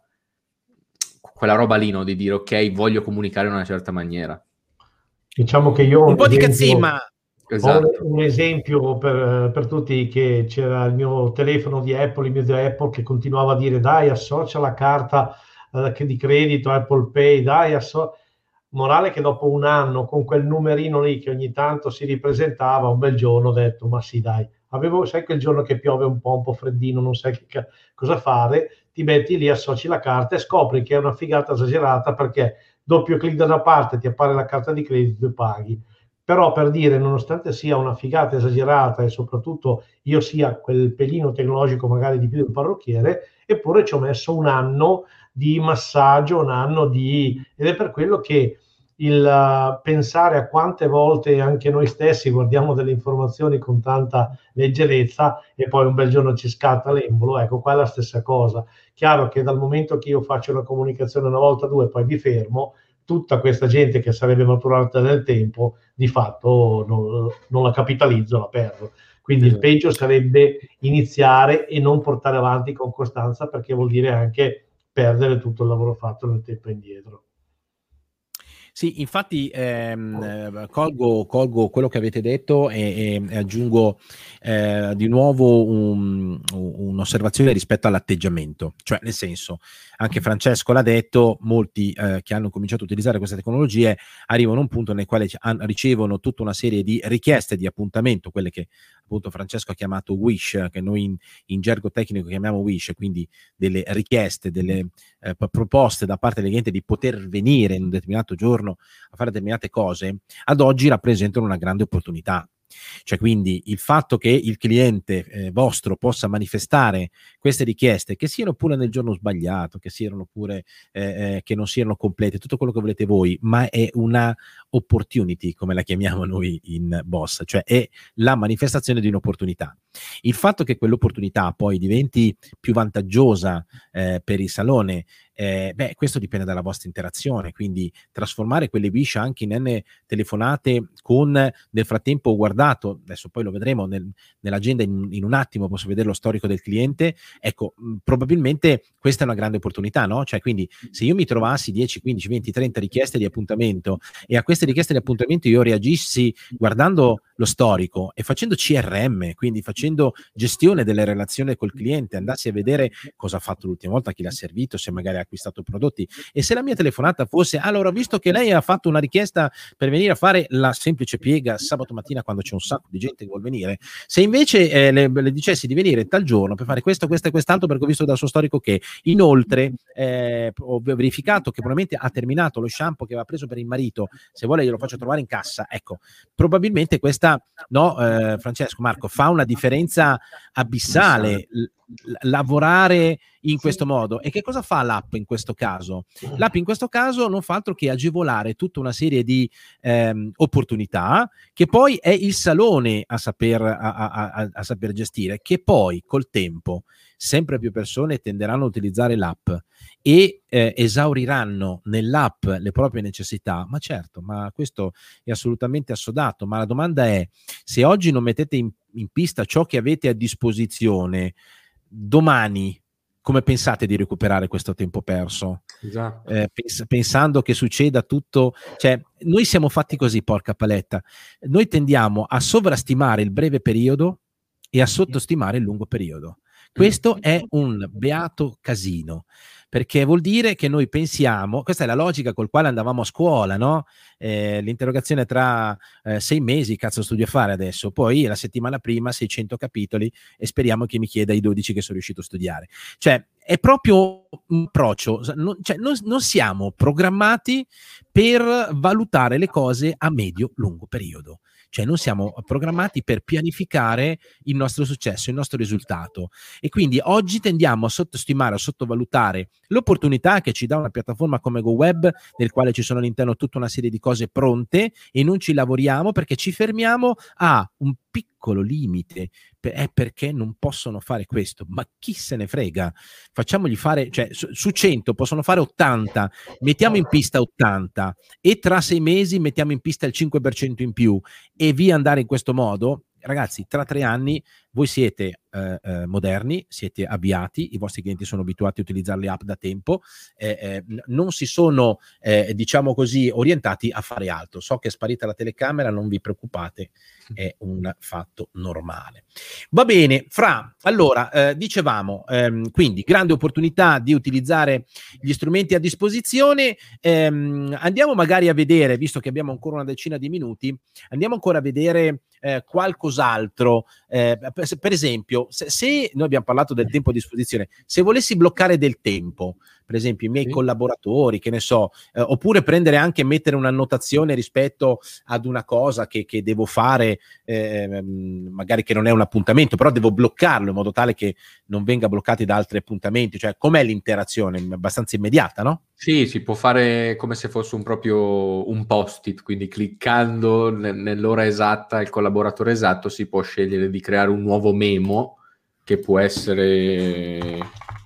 roba lì, no? Di dire ok, voglio comunicare in una certa maniera. Diciamo che io ho un po' di cazzimma. Esatto. Ho un esempio per tutti, che c'era il mio telefono di Apple, il mio di Apple, che continuava a dire dai, associa la carta di credito Apple Pay, dai, morale che dopo un anno con quel numerino lì che ogni tanto si ripresentava, un bel giorno ho detto ma sì dai, sai quel giorno che piove un po' freddino, non sai cosa fare, ti metti lì, associ la carta e scopri che è una figata esagerata, perché doppio clic da una parte ti appare la carta di credito e paghi. Però, per dire, nonostante sia una figata esagerata e soprattutto io sia quel pelino tecnologico magari di più del parrucchiere, eppure ci ho messo un anno di massaggio, ed è per quello che il pensare a quante volte anche noi stessi guardiamo delle informazioni con tanta leggerezza e poi un bel giorno ci scatta l'embolo, ecco, qua è la stessa cosa. Chiaro che dal momento che io faccio una comunicazione una volta, due, poi mi fermo, tutta questa gente che sarebbe maturata nel tempo, di fatto non la capitalizzo, la perdo. Quindi il peggio sarebbe iniziare e non portare avanti con costanza, perché vuol dire anche perdere tutto il lavoro fatto nel tempo indietro. Sì, infatti colgo quello che avete detto e aggiungo di nuovo un'osservazione rispetto all'atteggiamento, cioè nel senso, anche Francesco l'ha detto, molti che hanno cominciato a utilizzare queste tecnologie arrivano a un punto nel quale ricevono tutta una serie di richieste di appuntamento, quelle che appunto Francesco ha chiamato wish, che noi in gergo tecnico chiamiamo wish, quindi delle richieste, delle proposte da parte del cliente di poter venire in un determinato giorno a fare determinate cose, ad oggi rappresentano una grande opportunità. Cioè, quindi il fatto che il cliente vostro possa manifestare queste richieste, che siano pure nel giorno sbagliato, che siano pure che non siano complete, tutto quello che volete voi, ma è una opportunity, come la chiamiamo noi in Boss, cioè è la manifestazione di un'opportunità. Il fatto che quell'opportunità poi diventi più vantaggiosa per il salone, questo dipende dalla vostra interazione, quindi trasformare quelle wish anche in telefonate con, nel frattempo ho guardato, adesso poi lo vedremo nell'agenda in un attimo, posso vedere lo storico del cliente, ecco, probabilmente questa è una grande opportunità, no? Cioè, quindi se io mi trovassi 10, 15, 20, 30 richieste di appuntamento e a queste richieste di appuntamento io reagissi guardando lo storico e facendo CRM, quindi facendo gestione delle relazioni col cliente, andassi a vedere cosa ha fatto l'ultima volta, chi l'ha servito, se magari ha acquistato prodotti, e se la mia telefonata fosse allora, visto che lei ha fatto una richiesta per venire a fare la semplice piega sabato mattina quando c'è un sacco di gente che vuol venire, se invece le dicessi di venire tal giorno per fare questo e quest'altro, perché ho visto dal suo storico che inoltre ho verificato che probabilmente ha terminato lo shampoo che aveva preso per il marito, se vuole glielo faccio trovare in cassa, ecco, probabilmente questa, no, Francesco, Marco, fa una differenza abissale. lavorare in questo modo. E che cosa fa l'app in questo caso? L'app in questo caso non fa altro che agevolare tutta una serie di opportunità, che poi è il salone a saper gestire, che poi col tempo sempre più persone tenderanno a utilizzare l'app e esauriranno nell'app le proprie necessità. Ma certo, ma questo è assolutamente assodato. Ma la domanda è: se oggi non mettete in pista ciò che avete a disposizione, domani come pensate di recuperare questo tempo perso? Esatto. Pensando che succeda tutto, cioè noi siamo fatti così, porca paletta, noi tendiamo a sovrastimare il breve periodo e a sottostimare il lungo periodo. Questo è un beato casino, perché vuol dire che noi pensiamo, questa è la logica col quale andavamo a scuola, no? L'interrogazione tra 6 mesi, cazzo studio a fare adesso, poi la settimana prima 600 capitoli e speriamo che mi chieda i 12 che sono riuscito a studiare. Cioè è proprio un approccio, non siamo programmati per valutare le cose a medio-lungo periodo. Cioè non siamo programmati per pianificare il nostro successo, il nostro risultato, e quindi oggi tendiamo a sottostimare, a sottovalutare l'opportunità che ci dà una piattaforma come GoWeb, nel quale ci sono all'interno tutta una serie di cose pronte, e non ci lavoriamo perché ci fermiamo a un piccolo limite. È perché non possono fare questo, ma chi se ne frega, facciamogli fare, cioè su 100 possono fare 80, mettiamo in pista 80 e tra 6 mesi mettiamo in pista il 5% in più e via andare in questo modo. Ragazzi, tra 3 anni voi siete moderni, siete avviati, i vostri clienti sono abituati a utilizzare le app da tempo, non si sono, diciamo così, orientati a fare altro. So che è sparita la telecamera, non vi preoccupate, è un fatto normale. Va bene, Fra, allora, dicevamo, quindi grande opportunità di utilizzare gli strumenti a disposizione. Andiamo magari a vedere, visto che abbiamo ancora una decina di minuti, andiamo ancora a vedere qualcos'altro. Per esempio, se noi abbiamo parlato del tempo a disposizione, se volessi bloccare del tempo, per esempio i miei collaboratori, che ne so, oppure prendere anche, mettere un'annotazione rispetto ad una cosa che devo fare, magari che non è un appuntamento, però devo bloccarlo in modo tale che non venga bloccati da altri appuntamenti. Cioè, com'è l'interazione? Abbastanza immediata, no? Sì, si può fare come se fosse proprio un post-it, quindi cliccando nell'ora esatta, il collaboratore esatto, si può scegliere di creare un nuovo memo, che può essere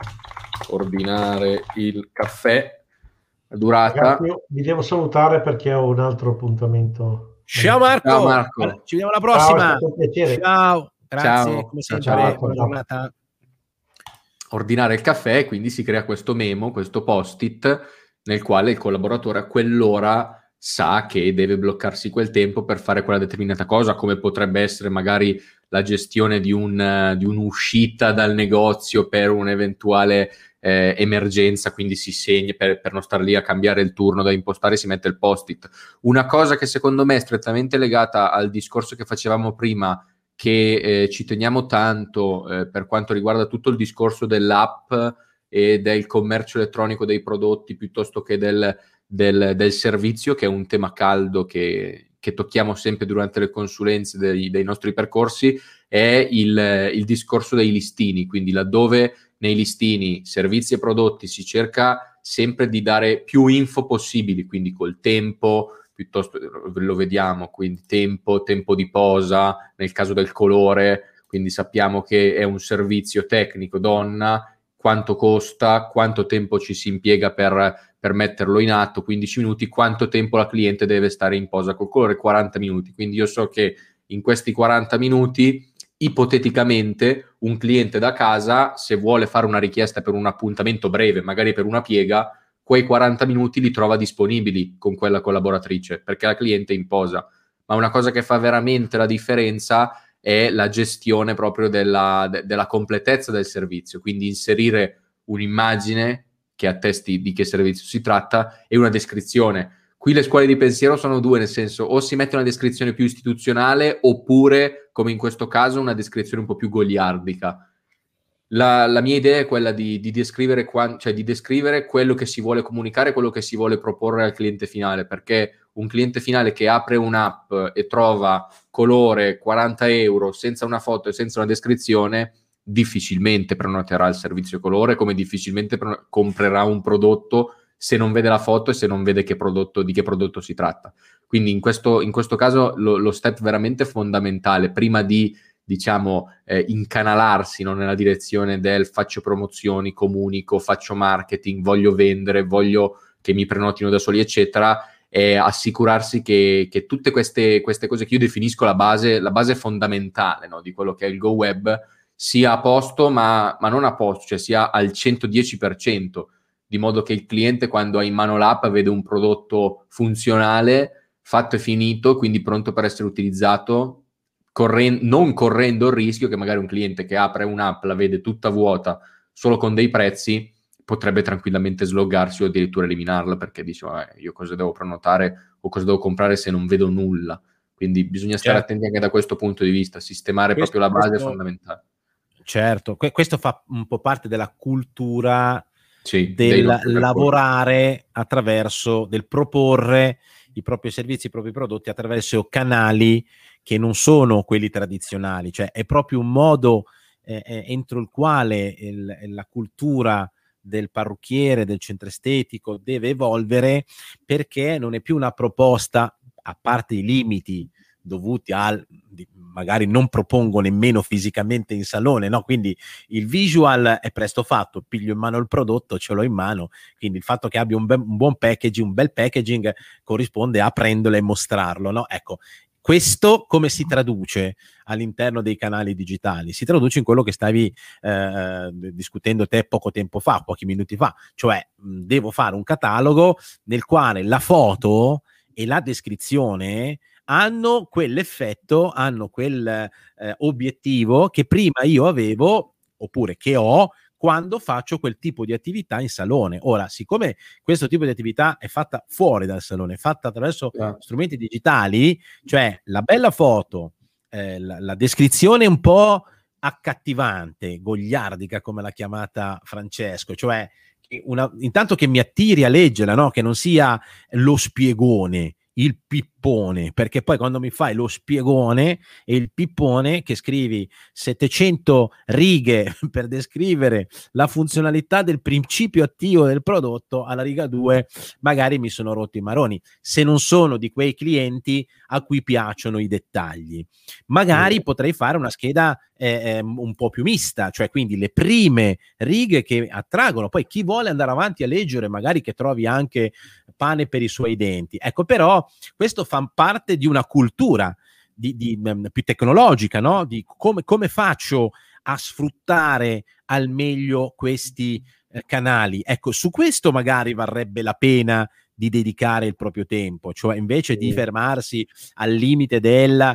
ordinare il caffè, durata. Ragazzi, io vi devo salutare perché ho un altro appuntamento. Ciao Marco, Ciao Marco. Ci vediamo alla prossima. Ciao, è stato un piacere. Ciao, grazie, Ciao. come Ciao, sempre, ciao. buona giornata. Ordinare il caffè, quindi si crea questo memo, questo post-it, nel quale il collaboratore a quell'ora sa che deve bloccarsi quel tempo per fare quella determinata cosa, come potrebbe essere magari la gestione di un'uscita dal negozio per un'eventuale emergenza, quindi si segna per non stare lì a cambiare il turno da impostare, si mette il post-it. Una cosa che secondo me è strettamente legata al discorso che facevamo prima, che ci teniamo tanto per quanto riguarda tutto il discorso dell'app e del commercio elettronico dei prodotti piuttosto che del servizio, che è un tema caldo che tocchiamo sempre durante le consulenze dei nostri percorsi, è il discorso dei listini. Quindi laddove nei listini servizi e prodotti si cerca sempre di dare più info possibili, quindi col tempo, piuttosto lo vediamo, quindi tempo di posa, nel caso del colore, quindi sappiamo che è un servizio tecnico donna, quanto costa, quanto tempo ci si impiega per metterlo in atto, 15 minuti, quanto tempo la cliente deve stare in posa col colore, 40 minuti. Quindi io so che in questi 40 minuti, ipoteticamente, un cliente da casa, se vuole fare una richiesta per un appuntamento breve, magari per una piega, quei 40 minuti li trova disponibili con quella collaboratrice, perché la cliente è in posa. Ma una cosa che fa veramente la differenza è la gestione proprio della completezza del servizio, quindi inserire un'immagine che attesti di che servizio si tratta e una descrizione. Qui le scuole di pensiero sono due, nel senso, o si mette una descrizione più istituzionale oppure, come in questo caso, una descrizione un po' più goliardica. La mia idea è quella di descrivere, di descrivere quello che si vuole comunicare, quello che si vuole proporre al cliente finale, perché un cliente finale che apre un'app e trova colore 40 euro senza una foto e senza una descrizione difficilmente prenoterà il servizio colore, come difficilmente comprerà un prodotto se non vede la foto e se non vede di che prodotto si tratta. Quindi in questo caso lo step veramente fondamentale, prima di, diciamo, incanalarsi, no, nella direzione del faccio promozioni, comunico, faccio marketing, voglio vendere, voglio che mi prenotino da soli, eccetera, è assicurarsi che tutte queste cose che io definisco la base fondamentale, no, di quello che è il Go Web, sia a posto, ma non a posto, cioè sia al 110%, di modo che il cliente, quando ha in mano l'app, vede un prodotto funzionale, fatto e finito, quindi pronto per essere utilizzato, non correndo il rischio che magari un cliente che apre un'app, la vede tutta vuota, solo con dei prezzi, potrebbe tranquillamente sloggarsi o addirittura eliminarla, perché dice io cosa devo prenotare o cosa devo comprare se non vedo nulla. Quindi bisogna stare attenti anche da questo punto di vista, sistemare proprio la base fondamentale. Certo, questo fa un po' parte della cultura, sì, del lavorare attraverso, del proporre i propri servizi, i propri prodotti attraverso canali che non sono quelli tradizionali, cioè è proprio un modo entro il quale la cultura del parrucchiere, del centro estetico deve evolvere, perché non è più una proposta, a parte i limiti dovuti magari non propongo nemmeno fisicamente in salone, no? Quindi il visual è presto fatto, piglio in mano il prodotto, ce l'ho in mano, quindi il fatto che abbia un buon packaging, un bel packaging corrisponde a prenderlo e mostrarlo, no? Ecco, questo come si traduce all'interno dei canali digitali? Si traduce in quello che stavi discutendo te poco tempo fa, pochi minuti fa, cioè devo fare un catalogo nel quale la foto e la descrizione hanno quell'effetto, hanno quel obiettivo che prima io avevo, oppure che ho, quando faccio quel tipo di attività in salone. Ora, siccome questo tipo di attività è fatta fuori dal salone, è fatta attraverso strumenti digitali, cioè la bella foto, la descrizione un po' accattivante, goliardica, come l'ha chiamata Francesco, cioè intanto che mi attiri a leggerla, no? Che non sia lo spiegone, il pippone, perché poi quando mi fai lo spiegone e il pippone che scrivi 700 righe per descrivere la funzionalità del principio attivo del prodotto, alla riga 2 magari mi sono rotto i maroni, se non sono di quei clienti a cui piacciono i dettagli. Magari potrei fare una scheda un po' più mista, cioè quindi le prime righe che attraggono, poi chi vuole andare avanti a leggere magari che trovi anche pane per i suoi denti. Ecco, però questo fa parte di una cultura più tecnologica, no? Di come faccio a sfruttare al meglio questi canali. Ecco, su questo magari varrebbe la pena di dedicare il proprio tempo, cioè invece di fermarsi al limite della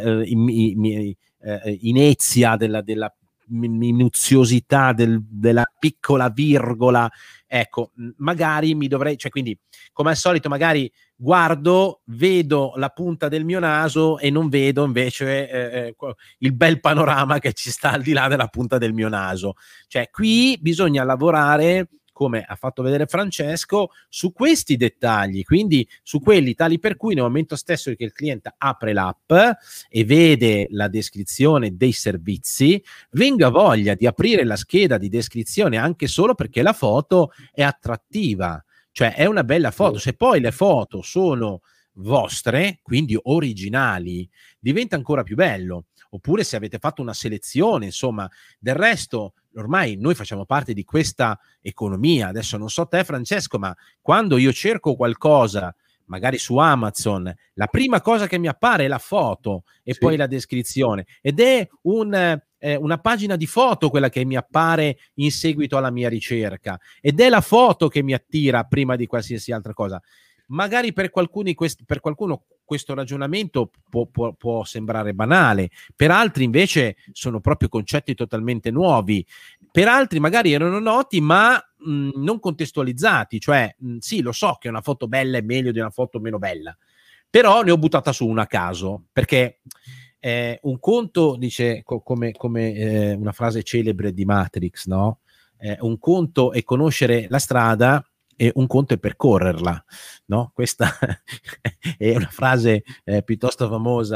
inezia, della minuziosità della piccola virgola. Ecco, magari mi dovrei, cioè quindi come al solito magari vedo la punta del mio naso e non vedo invece il bel panorama che ci sta al di là della punta del mio naso. Cioè qui bisogna lavorare, come ha fatto vedere Francesco, su questi dettagli, quindi su quelli tali per cui nel momento stesso che il cliente apre l'app e vede la descrizione dei servizi, venga voglia di aprire la scheda di descrizione anche solo perché la foto è attrattiva, cioè è una bella foto. Se poi le foto sono vostre, quindi originali, diventa ancora più bello. Oppure se avete fatto una selezione, insomma, del resto ormai noi facciamo parte di questa economia. Adesso non so te, Francesco, ma quando io cerco qualcosa, magari su Amazon, la prima cosa che mi appare è la foto e poi la descrizione, ed è una pagina di foto quella che mi appare in seguito alla mia ricerca, ed è la foto che mi attira prima di qualsiasi altra cosa. Magari per qualcuno questo ragionamento può sembrare banale, per altri invece sono proprio concetti totalmente nuovi, per altri magari erano noti ma non contestualizzati, cioè sì, lo so che una foto bella è meglio di una foto meno bella, però ne ho buttata su una a caso, perché un conto, dice come una frase celebre di Matrix, no? Un conto è conoscere la strada e un conto è percorrerla, no? Questa è una frase piuttosto famosa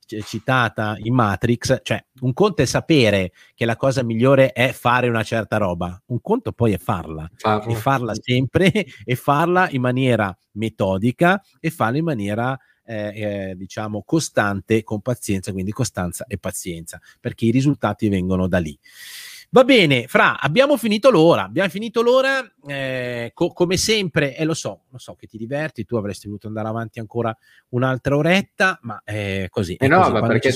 citata in Matrix, cioè un conto è sapere che la cosa migliore è fare una certa roba, un conto poi è farla e farla sempre e farla in maniera metodica e farla in maniera diciamo costante, con pazienza, quindi costanza e pazienza, perché i risultati vengono da lì. Va bene, Fra, abbiamo finito l'ora, come sempre, e lo so che ti diverti, tu avresti voluto andare avanti ancora un'altra oretta, ma così. No, così. ma perché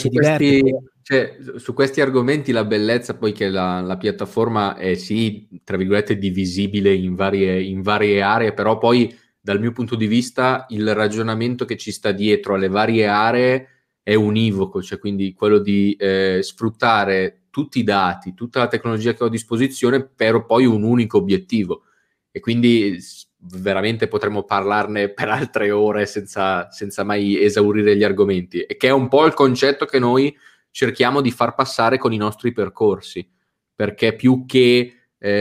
su questi argomenti la bellezza poi che la piattaforma è sì, tra virgolette, divisibile in varie aree, però poi dal mio punto di vista il ragionamento che ci sta dietro alle varie aree è univoco, cioè quindi quello di sfruttare tutti i dati, tutta la tecnologia che ho a disposizione per poi un unico obiettivo, e quindi veramente potremmo parlarne per altre ore senza mai esaurire gli argomenti, e che è un po' il concetto che noi cerchiamo di far passare con i nostri percorsi, perché più che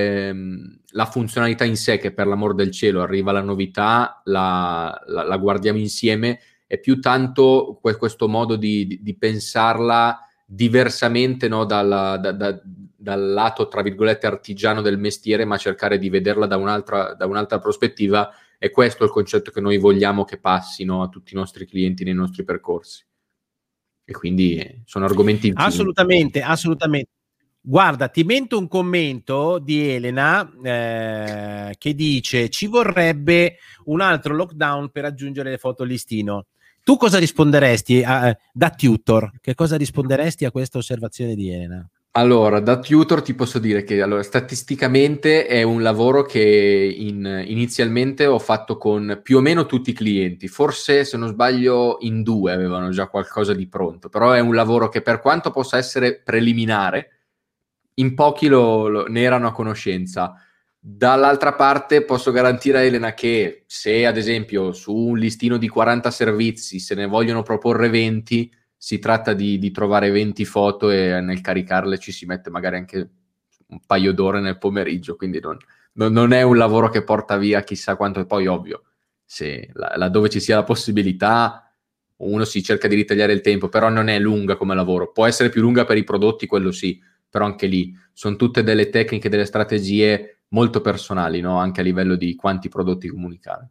la funzionalità in sé, che per l'amor del cielo arriva la novità, la guardiamo insieme, è più tanto questo modo di pensarla diversamente, no, dal lato tra virgolette artigiano del mestiere, ma cercare di vederla da un'altra prospettiva. E questo è il concetto che noi vogliamo che passi, no, a tutti i nostri clienti nei nostri percorsi, e quindi sono argomenti infiniti. Assolutamente. Guarda, ti mento un commento di Elena che dice: ci vorrebbe un altro lockdown per aggiungere le foto al listino. Tu cosa risponderesti da tutor? Che cosa risponderesti a questa osservazione di Elena? Allora, da tutor ti posso dire che statisticamente è un lavoro che inizialmente ho fatto con più o meno tutti i clienti, forse se non sbaglio in 2 avevano già qualcosa di pronto, però è un lavoro che, per quanto possa essere preliminare, in pochi ne erano a conoscenza. Dall'altra parte posso garantire a Elena che se ad esempio su un listino di 40 servizi se ne vogliono proporre 20, si tratta di trovare 20 foto, e nel caricarle ci si mette magari anche un paio d'ore nel pomeriggio, quindi non è un lavoro che porta via chissà quanto. E poi ovvio, se laddove ci sia la possibilità uno si cerca di ritagliare il tempo, però non è lunga come lavoro. Può essere più lunga per i prodotti, quello sì, però anche lì sono tutte delle tecniche, delle strategie molto personali, no? Anche a livello di quanti prodotti comunicare.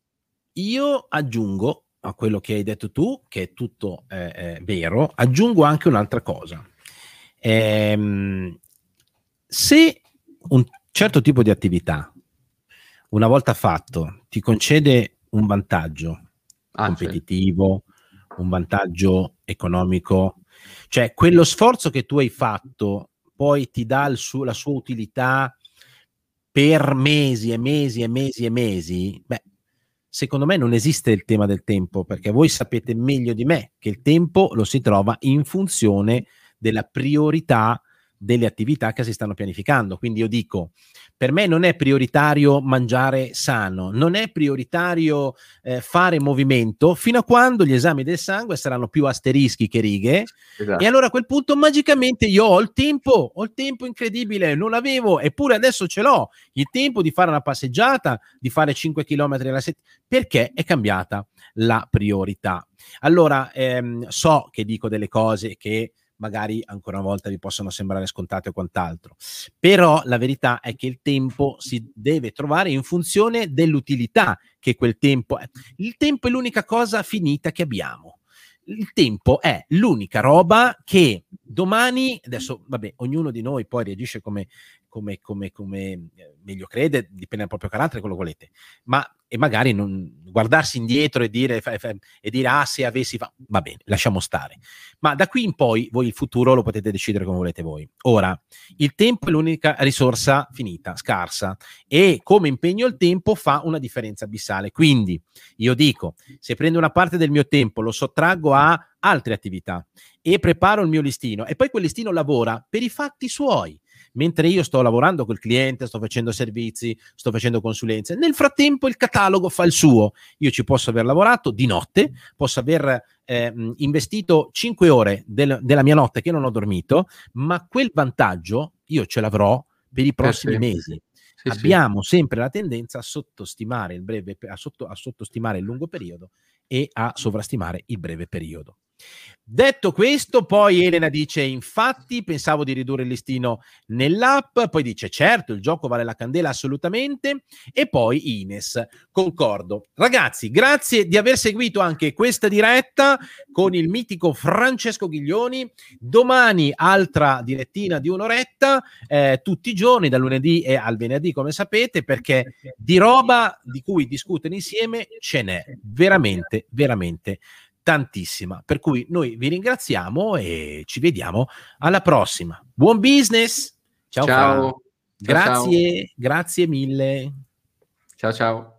Io aggiungo a quello che hai detto tu, che è tutto vero, aggiungo anche un'altra cosa. Se un certo tipo di attività, una volta fatto, ti concede un vantaggio competitivo, un vantaggio economico, cioè quello sforzo che tu hai fatto poi ti dà la sua utilità per mesi e mesi e mesi e mesi, beh, secondo me non esiste il tema del tempo, perché voi sapete meglio di me che il tempo lo si trova in funzione della priorità delle attività che si stanno pianificando. Quindi io dico, per me non è prioritario mangiare sano, non è prioritario fare movimento fino a quando gli esami del sangue saranno più asterischi che righe. Esatto. E allora a quel punto magicamente io ho il tempo incredibile, non l'avevo, eppure adesso ce l'ho, il tempo di fare una passeggiata, di fare 5 km alla settimana, perché è cambiata la priorità. Allora so che dico delle cose che magari ancora una volta vi possono sembrare scontate o quant'altro, però la verità è che il tempo si deve trovare in funzione dell'utilità che quel tempo è. Il tempo è l'unica cosa finita che abbiamo. Il tempo è l'unica roba che domani, adesso vabbè, ognuno di noi poi reagisce come meglio crede, dipende dal proprio carattere, quello che volete, ma e magari non guardarsi indietro e dire ah, se avessi va bene, lasciamo stare, ma da qui in poi voi il futuro lo potete decidere come volete voi. Ora, il tempo è l'unica risorsa finita, scarsa, e come impegno il tempo fa una differenza abissale. Quindi io dico, se prendo una parte del mio tempo, lo sottraggo a altre attività e preparo il mio listino, e poi quel listino lavora per i fatti suoi, mentre io sto lavorando col cliente, sto facendo servizi, sto facendo consulenze. Nel frattempo il catalogo fa il suo. Io ci posso aver lavorato di notte, posso aver investito 5 ore della mia notte che non ho dormito, ma quel vantaggio io ce l'avrò per i prossimi mesi. Sì, abbiamo sempre la tendenza a sottostimare il breve, a sottostimare il lungo periodo e a sovrastimare il breve periodo. Detto questo, poi Elena dice: infatti pensavo di ridurre il listino nell'app. Poi dice: certo, il gioco vale la candela assolutamente. E poi Ines: concordo. Ragazzi, grazie di aver seguito anche questa diretta con il mitico Francesco Ghiglioni. Domani altra direttina di un'oretta, tutti i giorni dal lunedì e al venerdì, come sapete, perché di roba di cui discutere insieme ce n'è veramente tantissima, per cui noi vi ringraziamo e ci vediamo alla prossima. Buon business, ciao. Ciao. Grazie mille. Ciao.